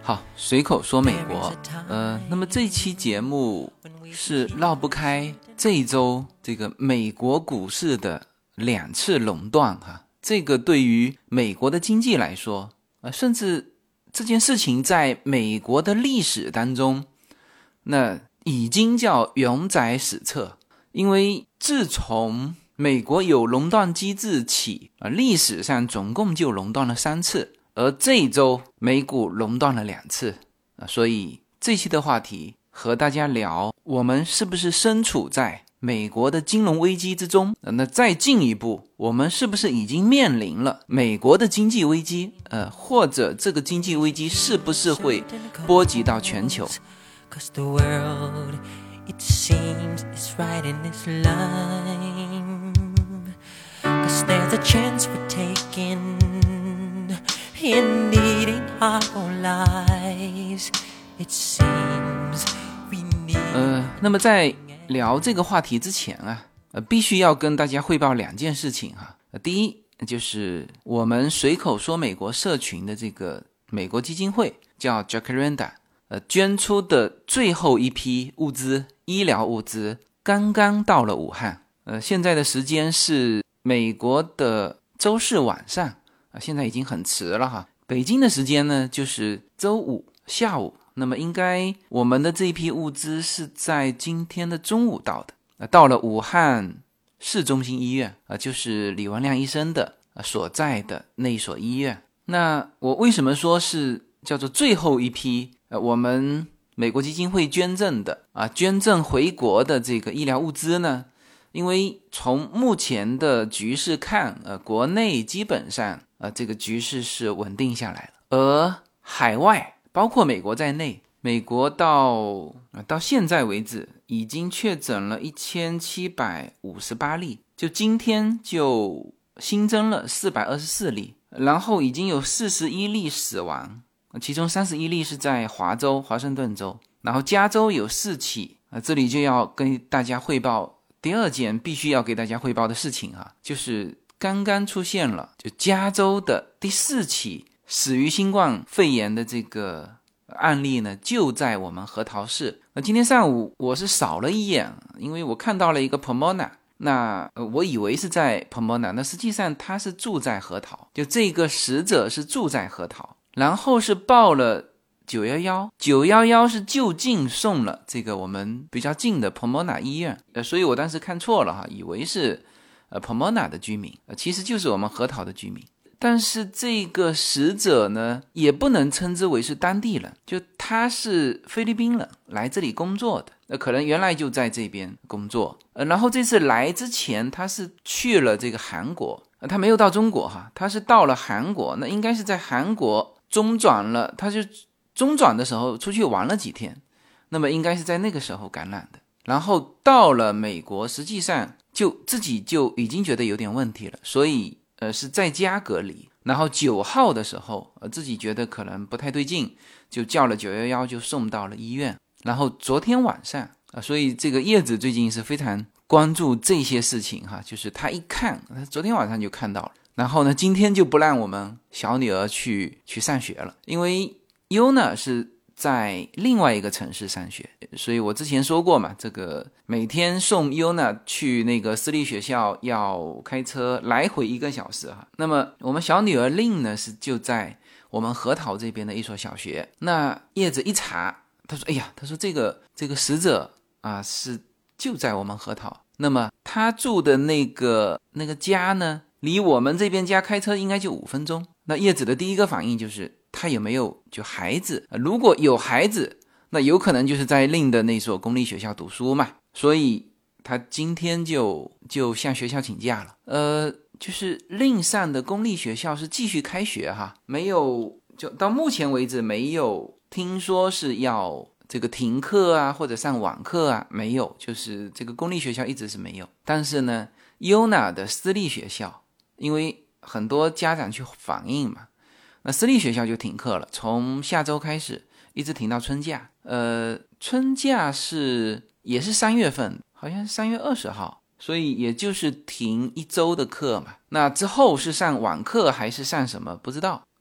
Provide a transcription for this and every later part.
好，随口说美国。那么这期节目是绕不开这一周这个美国股市的2次垄断哈。这个对于美国的经济来说，甚至这件事情在美国的历史当中，那已经叫永载史册。因为自从美国有垄断机制起，历史上总共就垄断了3次。而这一周美股垄断了2次，所以这期的话题和大家聊，我们是不是身处在美国的金融危机之中？那再进一步，我们是不是已经面临了美国的经济危机？或者这个经济危机是不是会波及到全球？ It seems it's right in this line, 'cause there's a chance for taking in needing our own lives. It seems we need 那么在聊这个话题之前啊，必须要跟大家汇报2件事情哈。第一就是我们随口说美国社群的这个美国基金会叫 Jacaranda，捐出的最后一批物资，医疗物资刚刚到了武汉。现在的时间是美国的周4晚上，现在已经很迟了哈。北京的时间呢就是周5下午，那么应该我们的这一批物资是在今天的中午到的，到了武汉市中心医院，就是李文亮医生的所在的那一所医院。那我为什么说是叫做最后一批我们美国基金会捐赠的捐赠回国的这个医疗物资呢？因为从目前的局势看，国内基本上这个局势是稳定下来了，而海外包括美国在内，美国到现在为止已经确诊了1758例，就今天就新增了424例，然后已经有41例死亡，其中31例是在华州华盛顿州，然后加州有4起，这里就要跟大家汇报第2件必须要给大家汇报的事情就是刚刚出现了就加州的第4起死于新冠肺炎的这个案例呢，就在我们核桃市。今天上午我是扫了一眼，因为我看到了一个 Pomona， 那我以为是在 Pomona， 那实际上他是住在核桃，就这个死者是住在核桃，然后是报了911是就近送了这个我们比较近的 Pomona 医院，所以我当时看错了以为是Pomona 的居民，其实就是我们核桃的居民。但是这个死者呢，也不能称之为是当地人，就他是菲律宾人来这里工作的，可能原来就在这边工作，然后这次来之前他是去了这个韩国，他没有到中国他是到了韩国，那应该是在韩国中转了，他就中转的时候出去玩了几天，那么应该是在那个时候感染的，然后到了美国实际上就自己就已经觉得有点问题了，所以是在家隔离，然后9号的时候自己觉得可能不太对劲，就叫了911就送到了医院，然后昨天晚上所以这个叶子最近是非常关注这些事情就是他一看，他昨天晚上就看到了，然后呢今天就不让我们小女儿去上学了，因为 Yona 是在另外一个城市上学，所以我之前说过嘛，这个每天送 Yona 去那个私立学校要开车来回1个小时那么我们小女儿令呢是就在我们核桃这边的一所小学，那叶子一查，他说他说这个死者是就在我们核桃，那么他住的那个家呢，离我们这边家开车应该就5分钟。那叶子的第一个反应就是他有没有就孩子，如果有孩子，那有可能就是在令的那所公立学校读书嘛，所以他今天就向学校请假了。就是令上的公立学校是继续开学没有，就到目前为止没有听说是要这个停课或者上网课没有，就是这个公立学校一直是没有。但是呢 Yona 的私立学校，因为很多家长去反映嘛，那私立学校就停课了，从下周开始一直停到春假。春假也是3月份，好像是3月20号，所以也就是停1周的课嘛。那之后是上网课还是上什么不知道，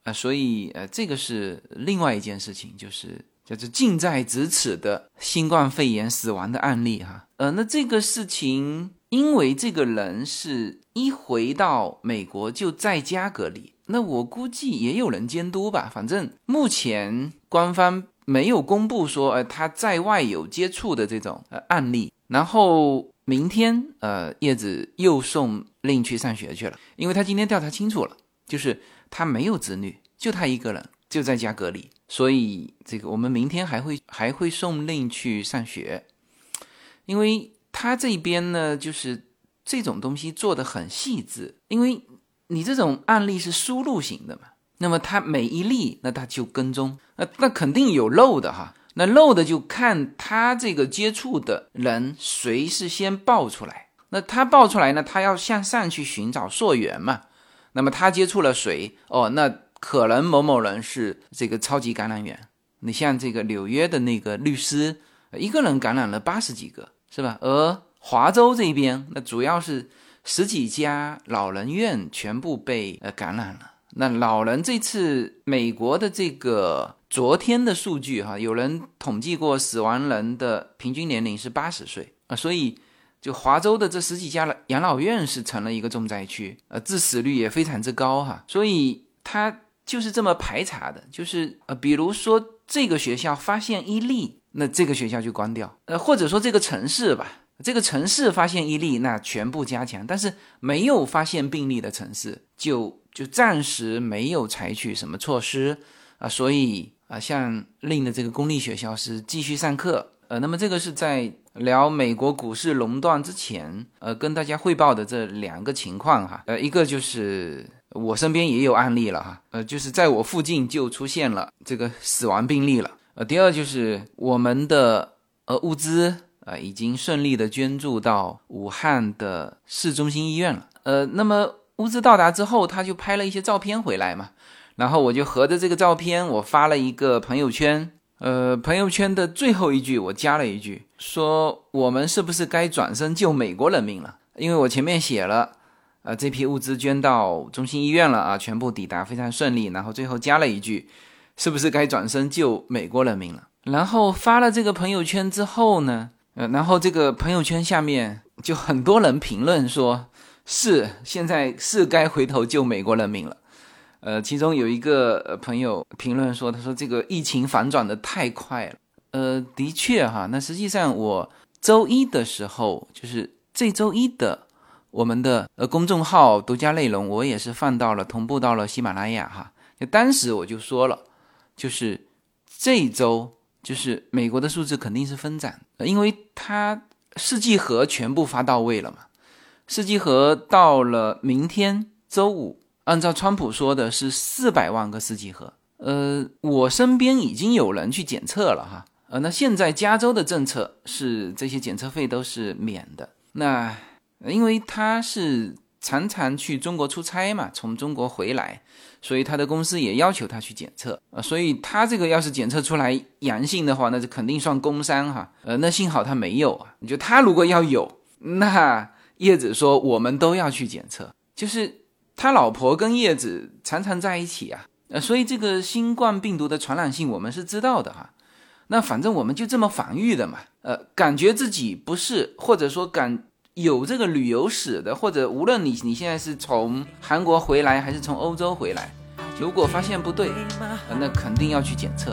所以这个是另外一件事情，就是叫做近在咫尺的新冠肺炎死亡的案例哈。那这个事情，因为这个人是一回到美国就在家隔离，那我估计也有人监督吧。反正目前官方没有公布说他在外有接触的这种案例。然后明天叶子又送令去上学去了，因为他今天调查清楚了，就是他没有子女，就他一个人就在家隔离，所以这个我们明天还会送令去上学。因为他这边呢，就是这种东西做得很细致，因为你这种案例是输入型的嘛，那么他每一例那他就跟踪，那肯定有漏的哈。那漏的就看他这个接触的人谁是先爆出来，那他爆出来呢，他要向上去寻找溯源嘛。那么他接触了谁？那可能某某人是这个超级感染源。你像这个纽约的那个律师，一个人感染了80几个，是吧？而华州这边，那主要是10几家老人院全部被感染了。那老人这次美国的这个昨天的数据哈，有人统计过死亡人的平均年龄是80岁所以就华州的这10几家养老院是成了一个重灾区，致死率也非常之高哈。所以他就是这么排查的，就是比如说这个学校发现1例，那这个学校就关掉，或者说这个城市吧，这个城市发现1例，那全部加强，但是没有发现病例的城市就暂时没有采取什么措施所以像令的这个公立学校是继续上课。那么这个是在聊美国股市熔断之前跟大家汇报的这2个情况哈。一个就是我身边也有案例了哈，就是在我附近就出现了这个死亡病例了。第二就是我们的物资已经顺利的捐助到武汉的市中心医院了。那么物资到达之后，他就拍了一些照片回来嘛，然后我就合着这个照片，我发了一个朋友圈。朋友圈的最后一句我加了一句，说我们是不是该转身救美国人民了？因为我前面写了这批物资捐到中心医院了全部抵达非常顺利，然后最后加了一句，是不是该转身救美国人民了？然后发了这个朋友圈之后呢，然后这个朋友圈下面就很多人评论说，是现在是该回头救美国人民了。其中有一个朋友评论说，他说这个疫情反转的太快了。的确哈，那实际上我周一的时候，就是这周一的我们的公众号独家内容，我也是放到了同步到了喜马拉雅哈。当时我就说了，就是这一周就是美国的数字肯定是分涨，因为它试剂盒全部发到位了嘛。试剂盒到了明天周五，按照川普说的是400万个试剂盒。我身边已经有人去检测了哈。那现在加州的政策是这些检测费都是免的。那因为他是常常去中国出差嘛，从中国回来，所以他的公司也要求他去检测。所以他这个要是检测出来阳性的话，那就肯定算工伤哈。那幸好他没有啊。你觉得他如果要有，那叶子说我们都要去检测，就是他老婆跟叶子常常在一起所以这个新冠病毒的传染性我们是知道的哈。那反正我们就这么防御的嘛。感觉自己不是，或者说有这个旅游史的，或者无论你现在是从韩国回来还是从欧洲回来，如果发现不对，那肯定要去检测。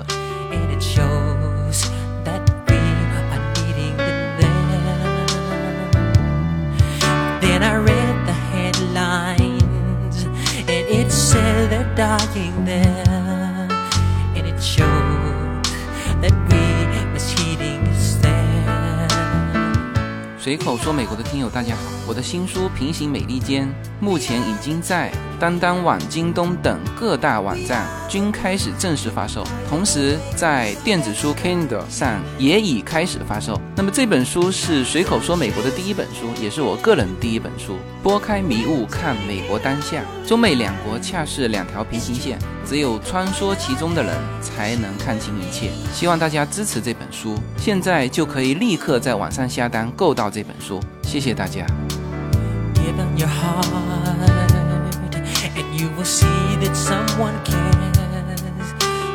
Then I read the headlines, and it said they're dying there, and it showed that we misheating is there. 随口说美国的听友大家好，我的新书《平行美利坚》目前已经在当当网、京东等各大网站均开始正式发售，同时在电子书 Kindle 上也已开始发售。那么这本书是随口说美国的第一本书，也是我个人第一本书。拨开迷雾看美国当下，中美两国恰是2条平行线，只有穿梭其中的人才能看清一切。希望大家支持这本书，现在就可以立刻在网上下单购到这本书，谢谢大家。 Give them your heart, and you will see that someone cares.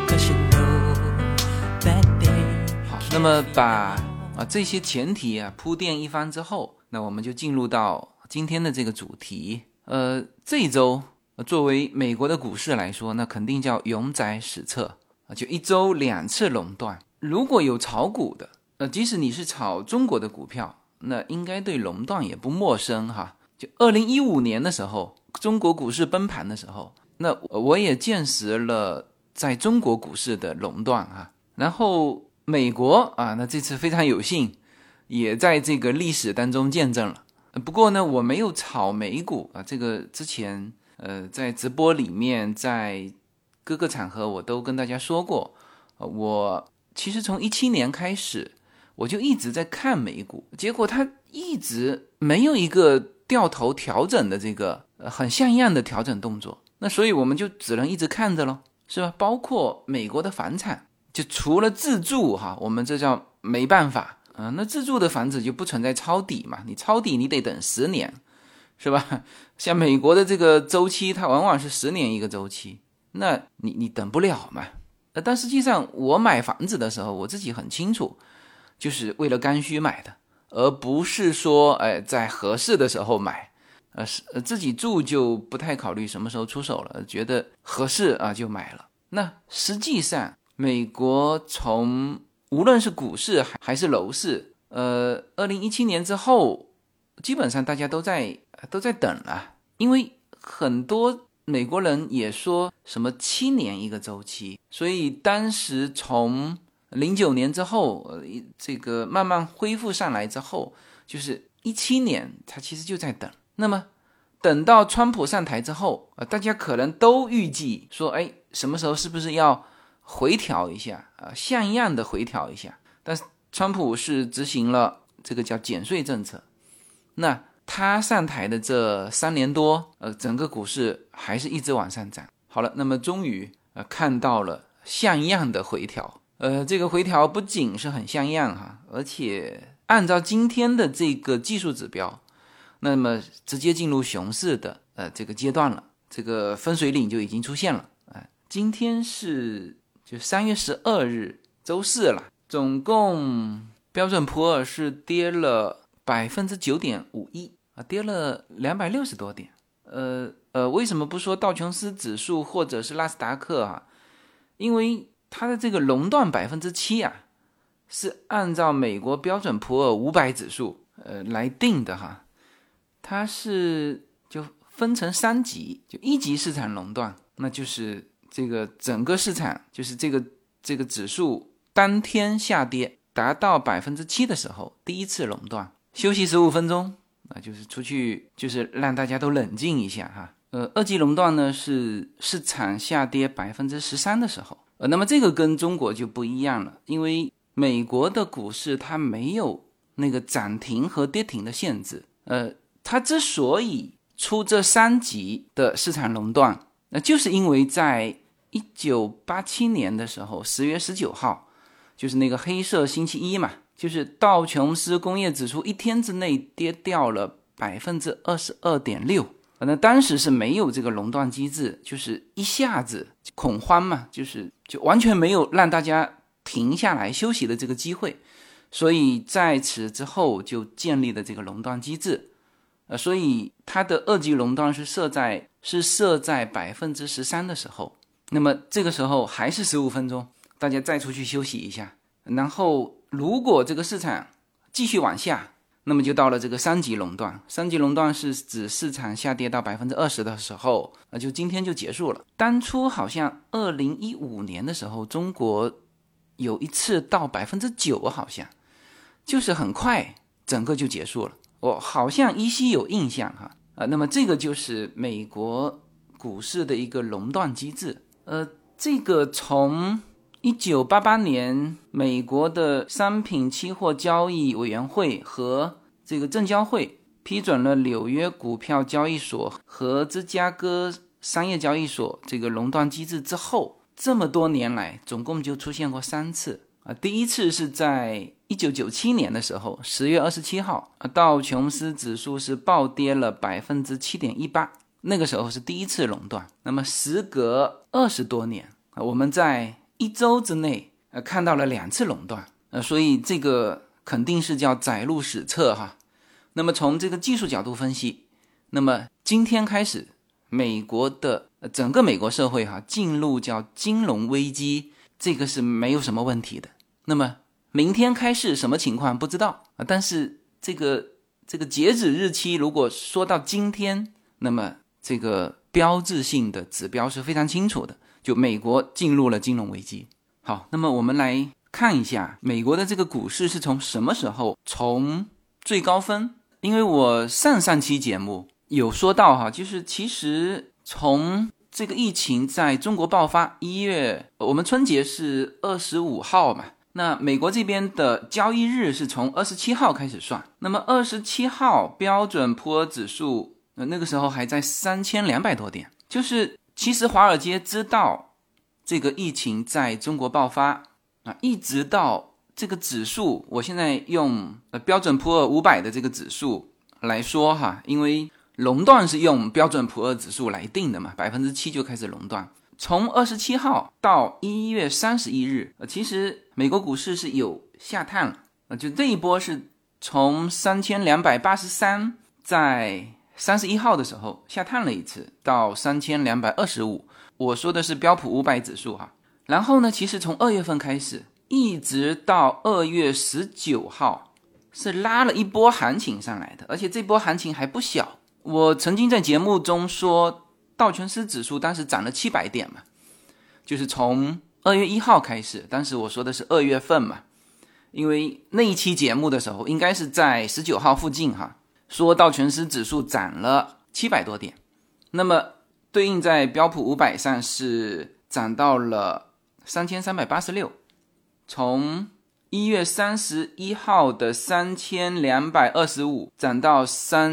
'cause you know that they 好，那么把这些前提铺垫一番之后，那我们就进入到今天的这个主题。这一周作为美国的股市来说，那肯定叫永载史册，就一周2次垄断。如果有炒股的，即使你是炒中国的股票，那应该对垄断也不陌生哈。就2015年的时候，中国股市崩盘的时候，那我也见识了在中国股市的垄断哈。然后美国那这次非常有幸，也在这个历史当中见证了。不过呢，我没有炒美股这个之前在直播里面，在各个场合我都跟大家说过，我其实从17年开始，我就一直在看美股，结果它一直没有一个掉头调整的这个很像样的调整动作，那所以我们就只能一直看着咯，是吧？包括美国的房产，就除了自住我们这叫没办法那自住的房子就不存在抄底嘛，你抄底你得等10年，是吧？像美国的这个周期，它往往是10年一个周期，那你等不了嘛。但实际上我买房子的时候，我自己很清楚，就是为了刚需买的，而不是说在合适的时候买。自己住就不太考虑什么时候出手了，觉得合适就买了。那实际上美国从无论是股市还是楼市2017年之后，基本上大家都在等了，因为很多美国人也说什么7年一个周期，所以当时从09年之后这个慢慢恢复上来之后，就是17年他其实就在等。那么等到川普上台之后大家可能都预计说什么时候是不是要回调一下像样的回调一下，但是川普是执行了这个叫减税政策，那他上台的这3年多整个股市还是一直往上涨。好了，那么终于看到了像样的回调，这个回调不仅是很像样而且按照今天的这个技术指标，那么直接进入熊市的这个阶段了，这个分水岭就已经出现了。今天是就3月12日周四了，总共标准普尔是跌了 9.51%， 跌了260多点。为什么不说道琼斯指数或者是纳斯达克因为它的这个垄断 7% 是按照美国标准普尔500指数来定的它是就分成3级，就1级市场垄断，那就是这个整个市场就是这个指数当天下跌达到 7% 的时候，第一次垄断，休息15分钟就是出去就是让大家都冷静一下2级垄断呢是市场下跌 13% 的时候那么这个跟中国就不一样了，因为美国的股市它没有那个涨停和跌停的限制它之所以出这3级的市场垄断，那就是因为在1987年的时候10月19号就是那个黑色星期一嘛，就是道琼斯工业指数一天之内跌掉了 22.6%， 那当时是没有这个垄断机制，就是一下子恐慌嘛，就完全没有让大家停下来休息的这个机会，所以在此之后就建立了这个垄断机制所以它的2级垄断是设在 13% 的时候，那么这个时候还是15分钟，大家再出去休息一下，然后如果这个市场继续往下，那么就到了这个3级垄断。3级垄断是指市场下跌到 20% 的时候就今天就结束了。当初好像2015年的时候中国有一次到 9%， 好像就是很快整个就结束了，我好像依稀有印象那么这个就是美国股市的一个垄断机制这个从1988年美国的商品期货交易委员会和这个证交会批准了纽约股票交易所和芝加哥商业交易所这个垄断机制之后，这么多年来总共就出现过3次第一次是在1997年的时候10月27号道琼斯指数是暴跌了 7.18%， 那个时候是第一次垄断。那么时隔20多年我们在 1周之内看到了2次垄断，所以这个肯定是叫载入史册哈。那么从这个技术角度分析，那么今天开始美国的整个美国社会进入叫金融危机，这个是没有什么问题的。那么明天开市什么情况不知道，但是这个截止日期如果说到今天，那么这个标志性的指标是非常清楚的，就美国进入了金融危机。好，那么我们来看一下美国的这个股市是从什么时候从最高分，因为我上期节目有说到就是其实从这个疫情在中国爆发1月，我们春节是25号嘛，那美国这边的交易日是从27号开始算，那么27号标准普尔指数那个时候还在3200多点，就是其实华尔街知道这个疫情在中国爆发一直到这个指数，我现在用标准普尔500的这个指数来说因为垄断是用标准普尔指数来定的嘛，7%就开始垄断。从27号到1月31日其实美国股市是有下探了就这一波是从3283在31号的时候下探了一次到3225，我说的是标普500指数然后呢，其实从2月份开始一直到2月19号是拉了一波行情上来的，而且这波行情还不小。我曾经在节目中说道琼斯指数当时涨了700点嘛，就是从2月1号开始，当时我说的是2月份嘛，因为那一期节目的时候应该是在19号附近说道琼斯指数涨了700多点，那么对应在标普500上是涨到了3386，从1月31号的3225涨到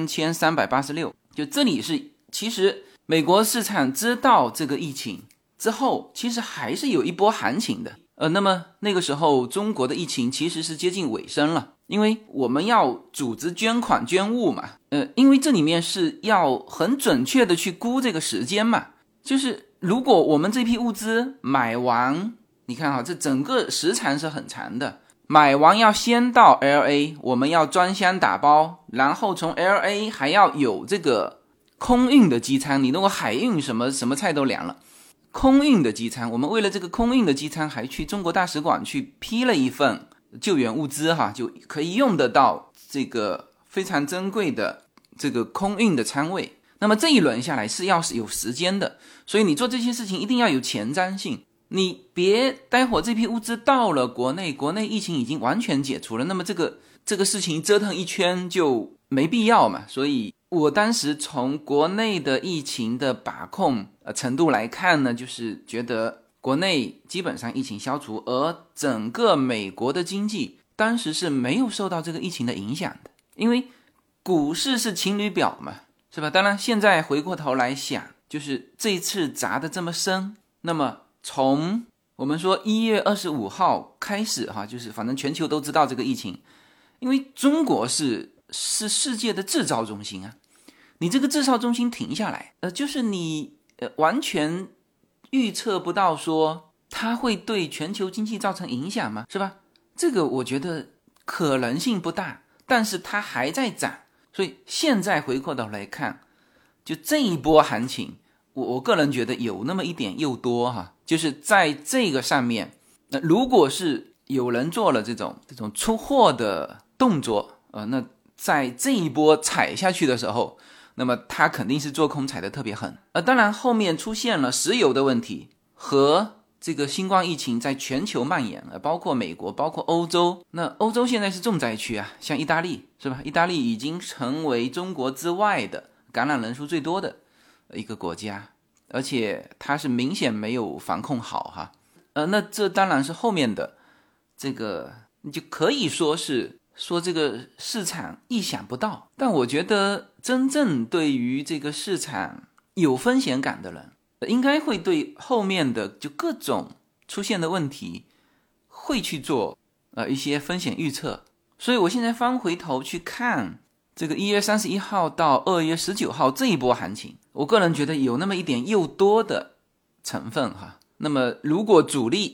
3386，就这里是其实美国市场知道这个疫情之后，其实还是有一波行情的。那么那个时候中国的疫情其实是接近尾声了，因为我们要组织捐款捐物嘛，因为这里面是要很准确的去估这个时间嘛，就是如果我们这批物资买完，你看这整个时长是很长的，买完要先到 LA， 我们要装箱打包，然后从 LA 还要有这个空运的机舱，你如果海运什么菜都凉了，空运的机舱，我们为了这个空运的机舱还去中国大使馆去批了一份救援物资就可以用得到这个非常珍贵的这个空运的舱位。那么这一轮下来是要有时间的，所以你做这些事情一定要有前瞻性，你别待会这批物资到了国内疫情已经完全解除了，那么这个事情折腾一圈就没必要嘛。所以我当时从国内的疫情的把控程度来看呢，就是觉得国内基本上疫情消除，而整个美国的经济当时是没有受到这个疫情的影响的，因为股市是情侣表嘛，是吧？当然现在回过头来想，就是这一次砸得这么深，那么从我们说1月25号开始就是反正全球都知道这个疫情，因为中国是世界的制造中心你这个制造中心停下来就是你完全预测不到说它会对全球经济造成影响吗？是吧？这个我觉得可能性不大，但是它还在涨，所以现在回过头来看，就这一波行情我个人觉得有那么一点诱多就是在这个上面如果是有人做了这种出货的动作那在这一波踩下去的时候，那么他肯定是做空踩得特别狠当然后面出现了石油的问题和这个新冠疫情在全球蔓延包括美国包括欧洲，那欧洲现在是重灾区像意大利是吧？意大利已经成为中国之外的感染人数最多的一个国家，而且它是明显没有防控好那这当然是后面的这个你就可以说这个市场意想不到，但我觉得真正对于这个市场有风险感的人应该会对后面的就各种出现的问题会去做一些风险预测。所以我现在翻回头去看这个1月31号到2月19号这一波行情，我个人觉得有那么一点诱多的成分那么如果主力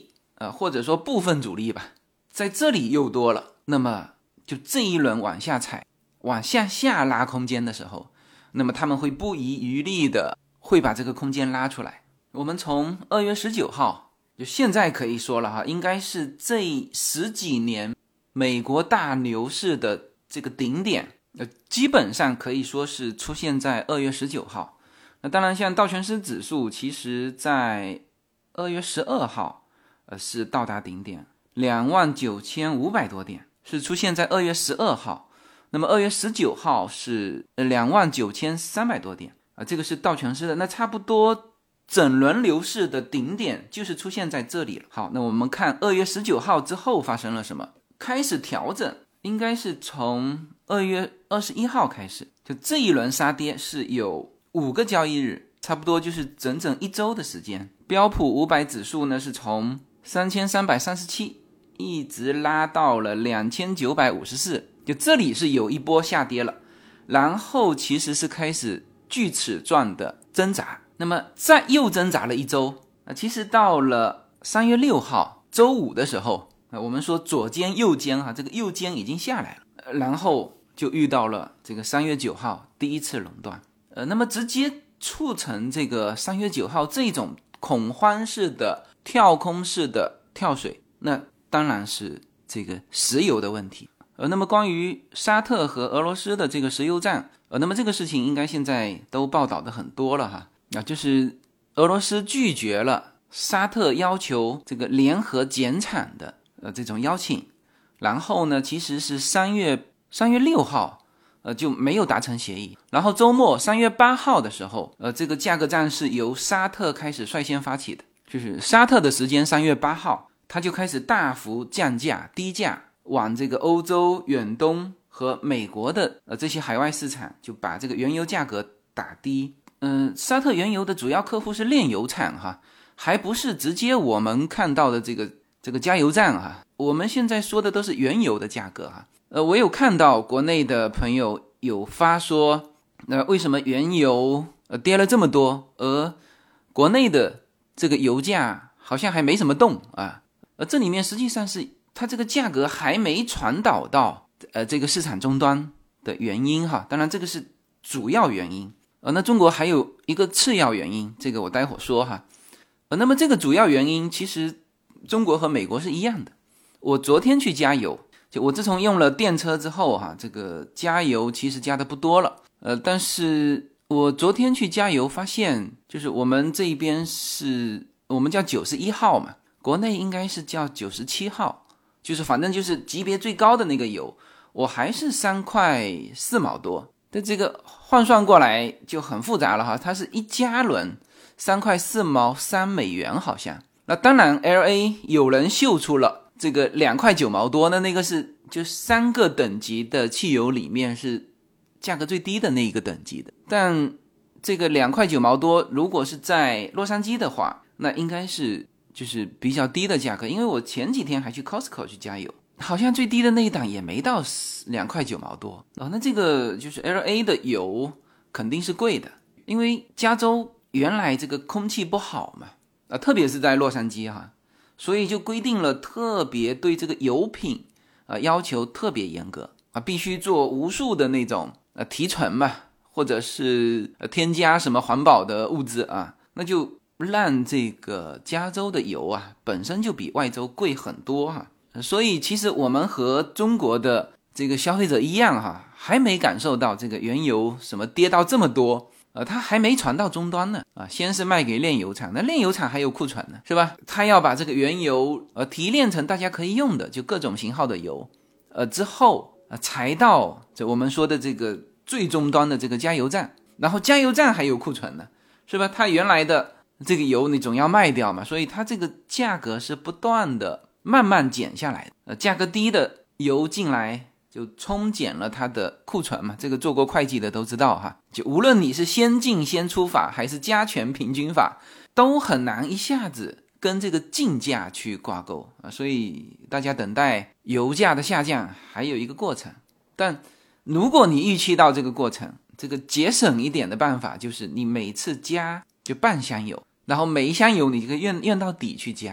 或者说部分主力吧，在这里又多了，那么就这一轮往下踩，往下拉空间的时候，那么他们会不遗余力的会把这个空间拉出来。我们从2月19号，就现在可以说了哈，应该是这10几年美国大牛市的这个顶点，基本上可以说是出现在2月19号。那当然，像道琼斯指数，其实在2月12号，是到达顶点，29500多点，是出现在2月12号。那么2月19号是29300多点这个是道琼斯的。那差不多整轮牛市的顶点就是出现在这里了。好，那我们看2月19号之后发生了什么？开始调整，应该是从2月21号开始，就这一轮杀跌是有5个交易日，差不多就是整整1周的时间。标普500指数呢是从3337一直拉到了2954，就这里是有一波下跌了，然后其实是开始锯齿状的挣扎，那么再又挣扎了1周。其实到了3月6号周五的时候，我们说左肩右肩这个右肩已经下来了，然后就遇到了这个3月9号第一次垄断，那么直接促成这个3月9号这种恐慌式的跳空式的跳水，那当然是这个石油的问题。那么关于沙特和俄罗斯的这个石油战，那么这个事情应该现在都报道的很多了哈，就是俄罗斯拒绝了沙特要求这个联合减产的这种邀请，然后呢，其实是3月6号就没有达成协议，然后周末3月8号的时候，这个价格战是由沙特开始率先发起的，就是沙特的时间3月8号，他就开始大幅降价低价，往这个欧洲、远东和美国的这些海外市场就把这个原油价格打低。沙特原油的主要客户是炼油厂哈，还不是直接我们看到的这个加油站哈。我们现在说的都是原油的价格哈。我有看到国内的朋友有发说，为什么原油跌了这么多，而国内的这个油价好像还没什么动啊？这里面实际上是它这个价格还没传导到这个市场终端的原因哈。当然这个是主要原因，那中国还有一个次要原因，这个我待会儿说哈。那么这个主要原因其实中国和美国是一样的。我昨天去加油，就我自从用了电车之后哈，这个加油其实加的不多了，但是我昨天去加油发现，就是我们这一边是我们叫91号嘛，国内应该是叫97号，就是反正就是级别最高的那个油，我还是3块4毛多。但这个换算过来就很复杂了哈，它是1加仑3块4毛3美元好像。那当然 LA 有人秀出了这个2块9毛多，那个是就3个等级的汽油里面是价格最低的那一个等级的。但这个2块9毛多如果是在洛杉矶的话，那应该是就是比较低的价格。因为我前几天还去 Costco 去加油，好像最低的那一档也没到2块9毛多那这个就是 LA 的油肯定是贵的，因为加州原来这个空气不好嘛，特别是在洛杉矶哈，所以就规定了特别对这个油品要求特别严格必须做无数的那种提纯嘛，或者是添加什么环保的物质那就让这个加州的油本身就比外州贵很多所以其实我们和中国的这个消费者一样还没感受到这个原油什么跌到这么多它还没传到终端呢先是卖给炼油厂，那炼油厂还有库存呢，是吧？它要把这个原油提炼成大家可以用的，就各种型号的油之后才到这我们说的这个最终端的这个加油站，然后加油站还有库存呢，是吧？它原来的这个油你总要卖掉嘛，所以它这个价格是不断的慢慢减下来的价格低的油进来就冲减了它的库存嘛，这个做过会计的都知道哈。就无论你是先进先出法还是加权平均法，都很难一下子跟这个进价去挂钩所以大家等待油价的下降还有一个过程。但如果你预期到这个过程，这个节省一点的办法就是你每次加就半箱油，然后每一箱油你就可以用到底去加，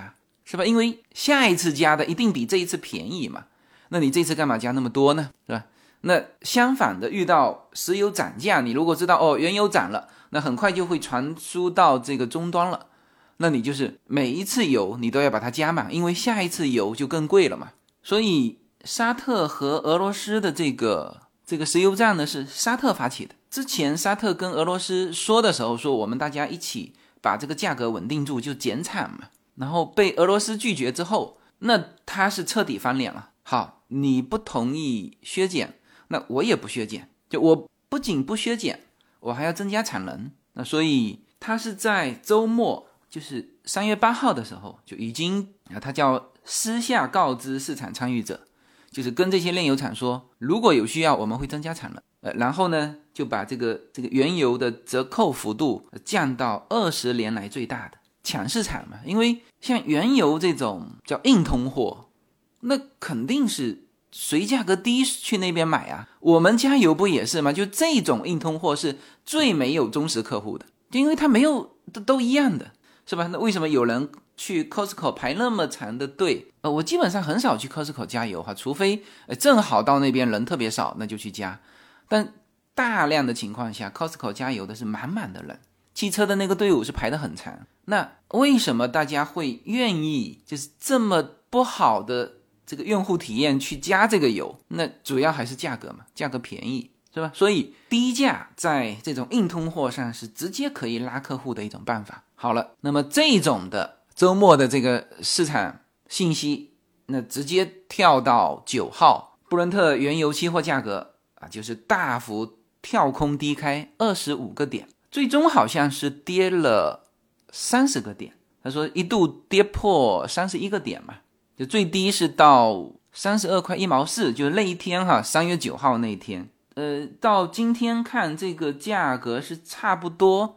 是吧？因为下一次加的一定比这一次便宜嘛，那你这次干嘛加那么多呢？是吧？那相反的，遇到石油涨价，你如果知道原油涨了，那很快就会传输到这个终端了，那你就是每一次油你都要把它加满，因为下一次油就更贵了嘛。所以沙特和俄罗斯的这个石油战呢是沙特发起的。之前沙特跟俄罗斯说的时候说我们大家一起把这个价格稳定住，就减产嘛，然后被俄罗斯拒绝之后，那他是彻底翻脸了。好，你不同意削减，那我也不削减，就我不仅不削减，我还要增加产能。那所以他是在周末，就是3月8号的时候就已经他叫私下告知市场参与者，就是跟这些炼油厂说，如果有需要我们会增加产能，然后呢就把这个原油的折扣幅度降到20年来最大的，抢市场嘛。因为像原油这种叫硬通货，那肯定是谁价格低去那边买啊，我们加油不也是吗？就这种硬通货是最没有忠实客户的，因为它没有都一样的，是吧？那为什么有人去 Costco 排那么长的队？我基本上很少去 Costco 加油哈，除非正好到那边人特别少，那就去加。但大量的情况下 Costco 加油的是满满的人，汽车的那个队伍是排得很长。那为什么大家会愿意就是这么不好的这个用户体验去加这个油？那主要还是价格嘛，价格便宜，是吧？所以低价在这种硬通货上是直接可以拉客户的一种办法。好了，那么这种的周末的这个市场信息，那直接跳到9号，布伦特原油期货价格就是大幅跳空低开25个点，最终好像是跌了30个点。他说一度跌破31个点嘛，就最低是到32块1毛4，就是那一天哈，3月9号那一天。到今天看这个价格是差不多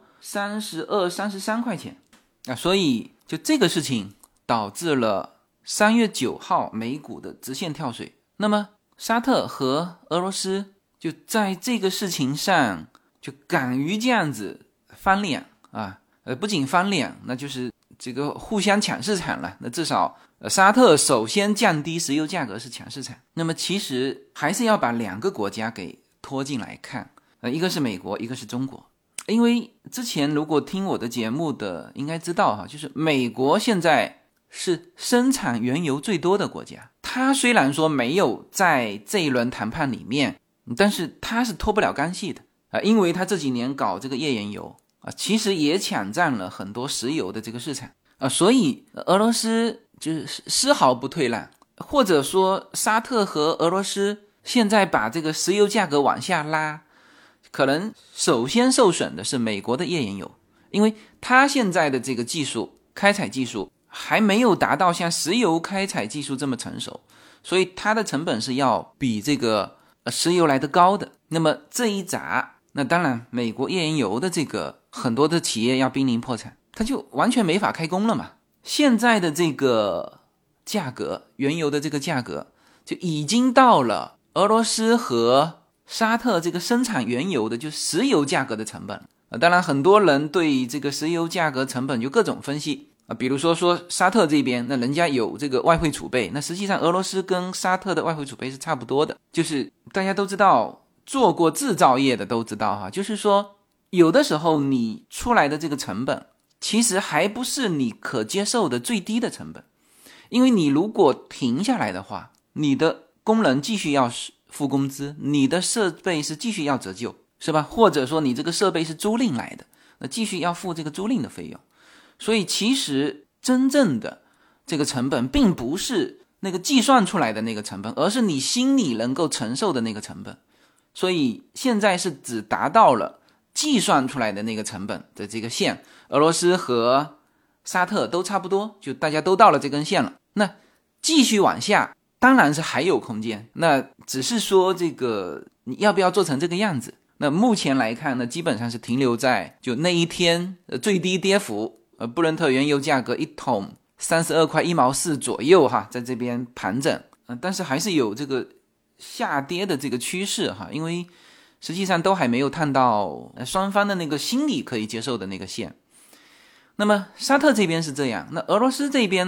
32、33块钱所以就这个事情导致了3月9号美股的直线跳水。那么沙特和俄罗斯就在这个事情上就敢于这样子翻脸不仅翻脸，那就是这个互相抢市场了。那至少沙特首先降低石油价格是抢市场。那么其实还是要把2个国家给拖进来看，一个是美国，一个是中国。因为之前如果听我的节目的应该知道就是美国现在是生产原油最多的国家。它虽然说没有在这一轮谈判里面，但是它是脱不了干系的因为它这几年搞这个页岩油其实也抢占了很多石油的这个市场所以俄罗斯就是丝毫不退让，或者说沙特和俄罗斯现在把这个石油价格往下拉，可能首先受损的是美国的页岩油，因为它现在的这个技术开采技术还没有达到像石油开采技术这么成熟，所以它的成本是要比这个石油来得高的。那么这一砸，那当然美国页岩油的这个很多的企业要濒临破产，它就完全没法开工了嘛。现在的这个价格，原油的这个价格就已经到了俄罗斯和沙特这个生产原油的就石油价格的成本当然很多人对这个石油价格成本就各种分析比如说沙特这边，那人家有这个外汇储备，那实际上俄罗斯跟沙特的外汇储备是差不多的。就是大家都知道，做过制造业的都知道就是说有的时候你出来的这个成本其实还不是你可接受的最低的成本，因为你如果停下来的话，你的工人继续要付工资，你的设备是继续要折旧，是吧？或者说你这个设备是租赁来的，那继续要付这个租赁的费用。所以其实真正的这个成本并不是那个计算出来的那个成本，而是你心里能够承受的那个成本。所以现在是只达到了计算出来的那个成本的这个线，俄罗斯和沙特都差不多，就大家都到了这根线了。那继续往下当然是还有空间，那只是说这个你要不要做成这个样子。那目前来看呢，基本上是停留在就那一天最低跌幅布伦特原油价格1桶32块1毛4左右在这边盘整但是还是有这个下跌的这个趋势因为实际上都还没有探到双方的那个心理可以接受的那个线。那么沙特这边是这样，那俄罗斯这边呢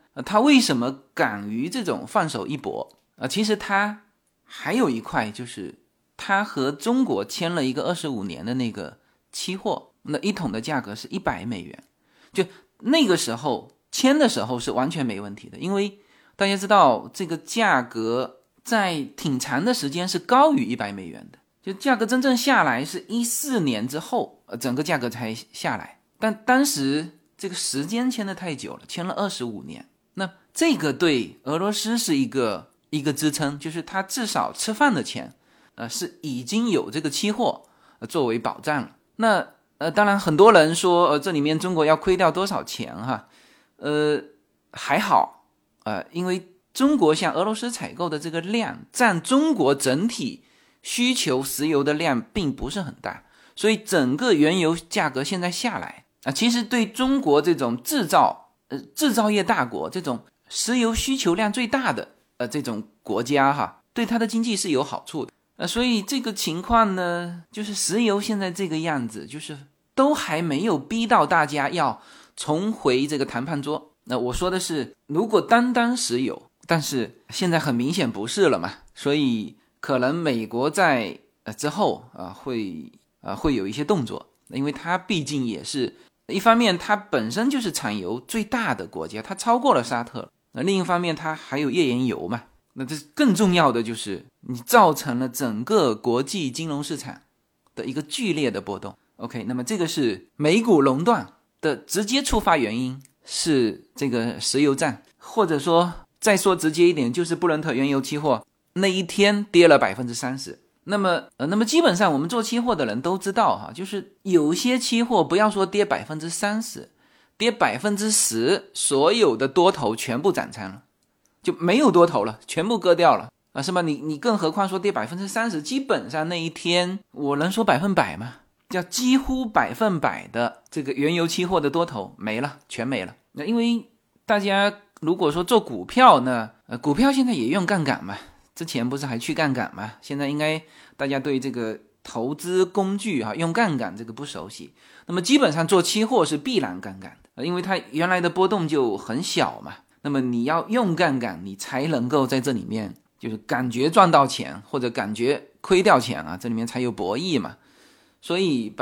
他为什么敢于这种放手一搏其实他还有一块，就是他和中国签了一个25年的那个期货，那一桶的价格是100美元，就那个时候签的时候是完全没问题的，因为大家知道这个价格在挺长的时间是高于100美元的，就价格真正下来是14年之后整个价格才下来，但当时这个时间签得太久了，签了25年，那这个对俄罗斯是一个支撑，就是他至少吃饭的钱是已经有这个期货作为保障了。那当然很多人说这里面中国要亏掉多少钱哈，还好因为中国向俄罗斯采购的这个量占中国整体需求石油的量并不是很大，所以整个原油价格现在下来其实对中国这种制造业大国，这种石油需求量最大的这种国家哈，对它的经济是有好处的所以这个情况呢，就是石油现在这个样子，就是都还没有逼到大家要重回这个谈判桌。那我说的是如果单单石油，但是现在很明显不是了嘛，所以可能美国在之后会有一些动作，因为它毕竟也是一方面它本身就是产油最大的国家，它超过了沙特，那另一方面它还有页岩油嘛，那这更重要的就是你造成了整个国际金融市场的一个剧烈的波动。 OK， 那么这个是美股垄断的直接触发原因是这个石油战，或者说再说直接一点，就是布伦特原油期货那一天跌了 30%。 那么基本上我们做期货的人都知道哈，就是有些期货不要说跌 30%， 跌 10%， 所有的多头全部斩仓了，就没有多头了，全部割掉了是吧？你更何况说跌 30%， 基本上那一天我能说100%吗？叫几乎100%的这个原油期货的多头没了，全没了。那因为大家如果说做股票呢股票现在也用杠杆嘛，之前不是还去杠杆嘛，现在应该大家对这个投资工具用杠杆这个不熟悉，那么基本上做期货是必然杠杆的因为它原来的波动就很小嘛，那么你要用杠杆你才能够在这里面就是感觉赚到钱或者感觉亏掉钱这里面才有博弈嘛，所以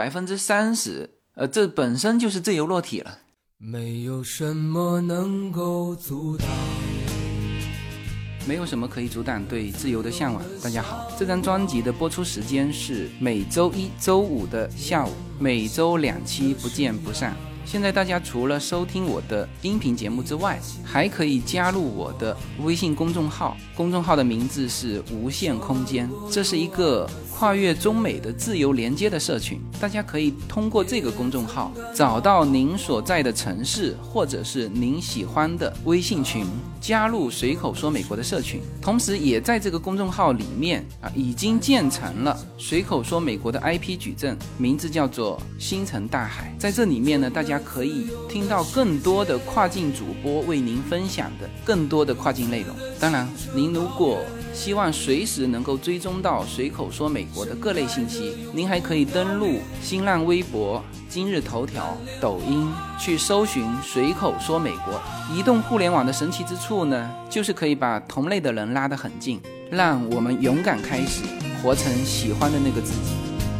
30%这本身就是自由落体了。 没有什么能够阻挡， 没有什么可以阻挡对自由的向往。大家好，这张专辑的播出时间是每周一周五的下午，每周2期，不见不散。现在大家除了收听我的音频节目之外，还可以加入我的微信公众号，公众号的名字是无限空间，这是一个跨越中美的自由连接的社群，大家可以通过这个公众号找到您所在的城市或者是您喜欢的微信群，加入随口说美国的社群，同时也在这个公众号里面已经建成了随口说美国的 IP 矩阵，名字叫做星辰大海。在这里面呢，大家可以听到更多的跨境主播为您分享的更多的跨境内容。当然您如果希望随时能够追踪到随口说美国的各类信息，您还可以登录新浪微博、今日头条、抖音去搜寻随口说美国。移动互联网的神奇之处呢，就是可以把同类的人拉得很近，让我们勇敢开始，活成喜欢的那个自己。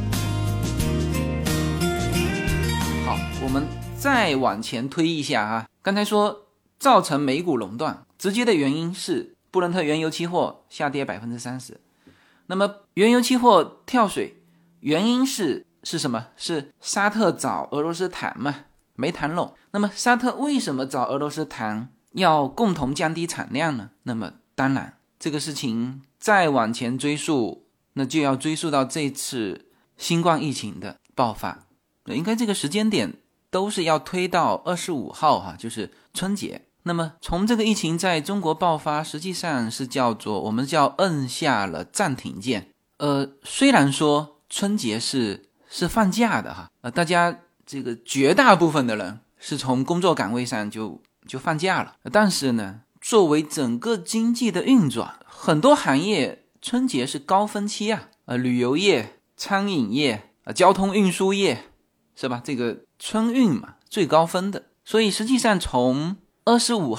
好，我们再往前推一下刚才说造成美股垄断直接的原因是布伦特原油期货下跌 30%， 那么原油期货跳水原因是什么？是沙特找俄罗斯谈嘛，没谈拢。那么沙特为什么找俄罗斯谈要共同降低产量呢？那么当然这个事情再往前追溯，那就要追溯到这次新冠疫情的爆发，应该这个时间点都是要推到25号就是春节。那么从这个疫情在中国爆发，实际上是我们叫摁下了暂停键。虽然说春节是放假的大家这个绝大部分的人是从工作岗位上就放假了，但是呢，作为整个经济的运转，很多行业春节是高峰期旅游业、餐饮业、交通运输业，是吧？这个春运嘛，最高峰的。所以实际上从25号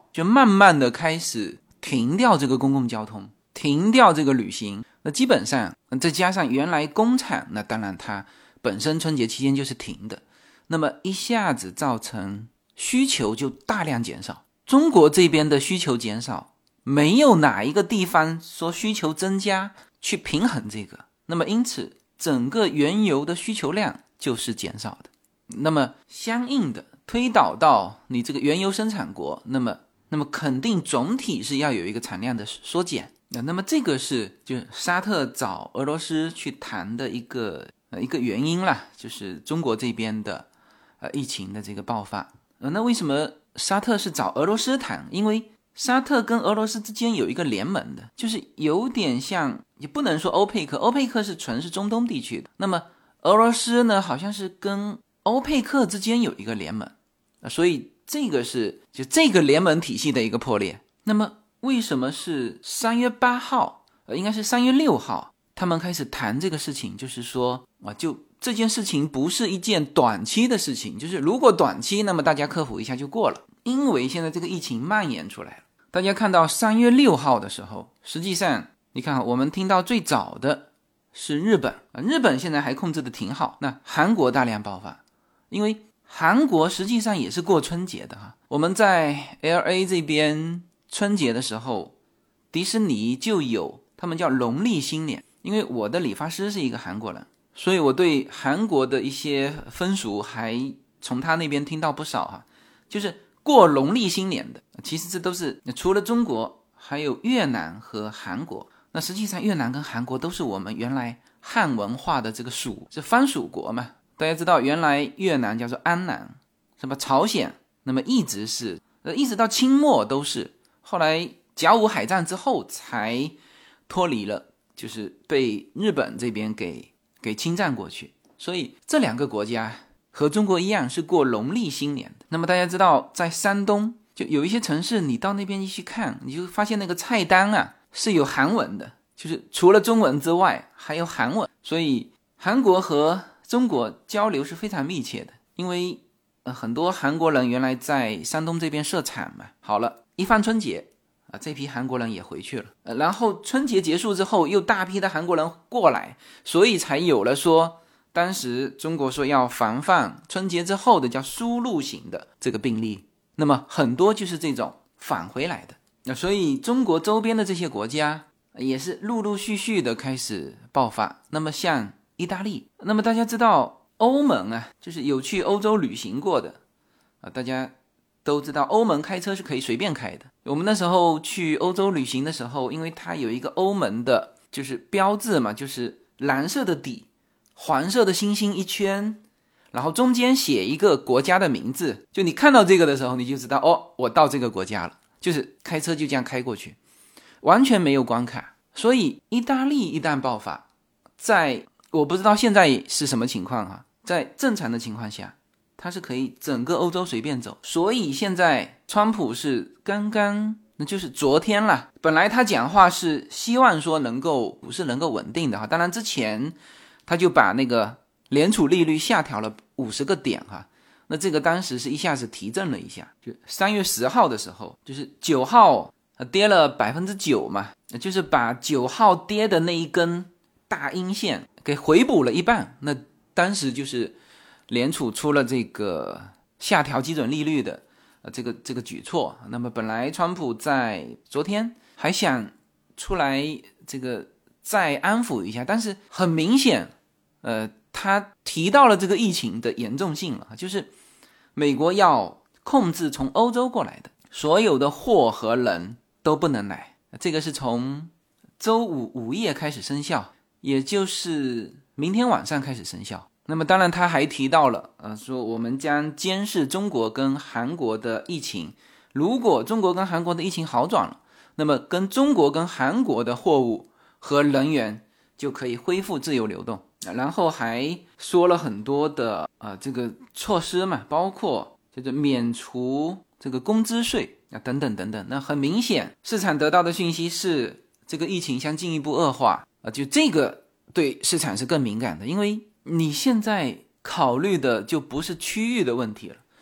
就慢慢的开始停掉这个公共交通，停掉这个旅行。那基本上再加上原来工厂，那当然它本身春节期间就是停的，那么一下子造成需求就大量减少。中国这边的需求减少，没有哪一个地方说需求增加去平衡这个，那么因此整个原油的需求量就是减少的。那么相应的推导到你这个原油生产国，那么肯定总体是要有一个产量的缩减。那么这个是就沙特找俄罗斯去谈的一个原因啦，就是中国这边的疫情的这个爆发。那为什么沙特是找俄罗斯谈？因为沙特跟俄罗斯之间有一个联盟的，就是有点像，也不能说欧佩克，欧佩克是纯是中东地区的，那么俄罗斯呢好像是跟欧佩克之间有一个联盟，所以这个是就这个联盟体系的一个破裂。那么为什么是3月8号应该是3月6号他们开始谈这个事情，就是说就这件事情不是一件短期的事情，就是如果短期那么大家克服一下就过了，因为现在这个疫情蔓延出来了。大家看到3月6号的时候，实际上你看我们听到最早的是日本，日本现在还控制的挺好，那韩国大量爆发，因为韩国实际上也是过春节的我们在 LA 这边春节的时候，迪士尼就有他们叫农历新年，因为我的理发师是一个韩国人，所以我对韩国的一些风俗还从他那边听到不少就是过农历新年的，其实这都是除了中国还有越南和韩国，那实际上越南跟韩国都是我们原来汉文化的这个属，是藩属国嘛。大家知道原来越南叫做安南，什么朝鲜，那么一直是一直到清末都是，后来甲午海战之后才脱离了，就是被日本这边给侵占过去。所以这两个国家和中国一样是过农历新年的。那么大家知道在山东就有一些城市，你到那边一去看，你就发现那个菜单是有韩文的，就是除了中文之外还有韩文。所以韩国和中国交流是非常密切的，因为很多韩国人原来在山东这边设厂嘛。好了，一放春节这批韩国人也回去了，然后春节结束之后又大批的韩国人过来，所以才有了说当时中国说要防范春节之后的叫输入型的这个病例，那么很多就是这种返回来的。所以中国周边的这些国家也是陆陆续续的开始爆发。那么像意大利，那么大家知道欧盟就是有去欧洲旅行过的大家都知道欧盟开车是可以随便开的。我们那时候去欧洲旅行的时候，因为它有一个欧盟的就是标志嘛，就是蓝色的底，黄色的星星一圈，然后中间写一个国家的名字，就你看到这个的时候你就知道我到这个国家了，就是开车就这样开过去，完全没有关卡。所以意大利一旦爆发，在我不知道现在是什么情况在正常的情况下它是可以整个欧洲随便走。所以现在川普是刚刚那就是昨天啦，本来他讲话是希望说股市能够稳定的当然之前他就把那个联储利率下调了50个点那这个当时是一下子提振了一下，就3月10号的时候，就是9号跌了 9% 嘛，就是把9号跌的那一根大阴线给回补了一半。那当时就是联储出了这个下调基准利率的这个举措。那么本来川普在昨天还想出来这个再安抚一下，但是很明显他提到了这个疫情的严重性了，就是美国要控制从欧洲过来的所有的货和人都不能来，这个是从周五午夜开始生效，也就是明天晚上开始生效。那么当然他还提到了说我们将监视中国跟韩国的疫情，如果中国跟韩国的疫情好转了，那么跟中国跟韩国的货物和人员就可以恢复自由流动。然后还说了很多的这个措施嘛，包括就是免除这个工资税等等等等。那很明显市场得到的讯息是这个疫情将进一步恶化就这个对市场是更敏感的，因为你现在考虑的就不是区域的问题了，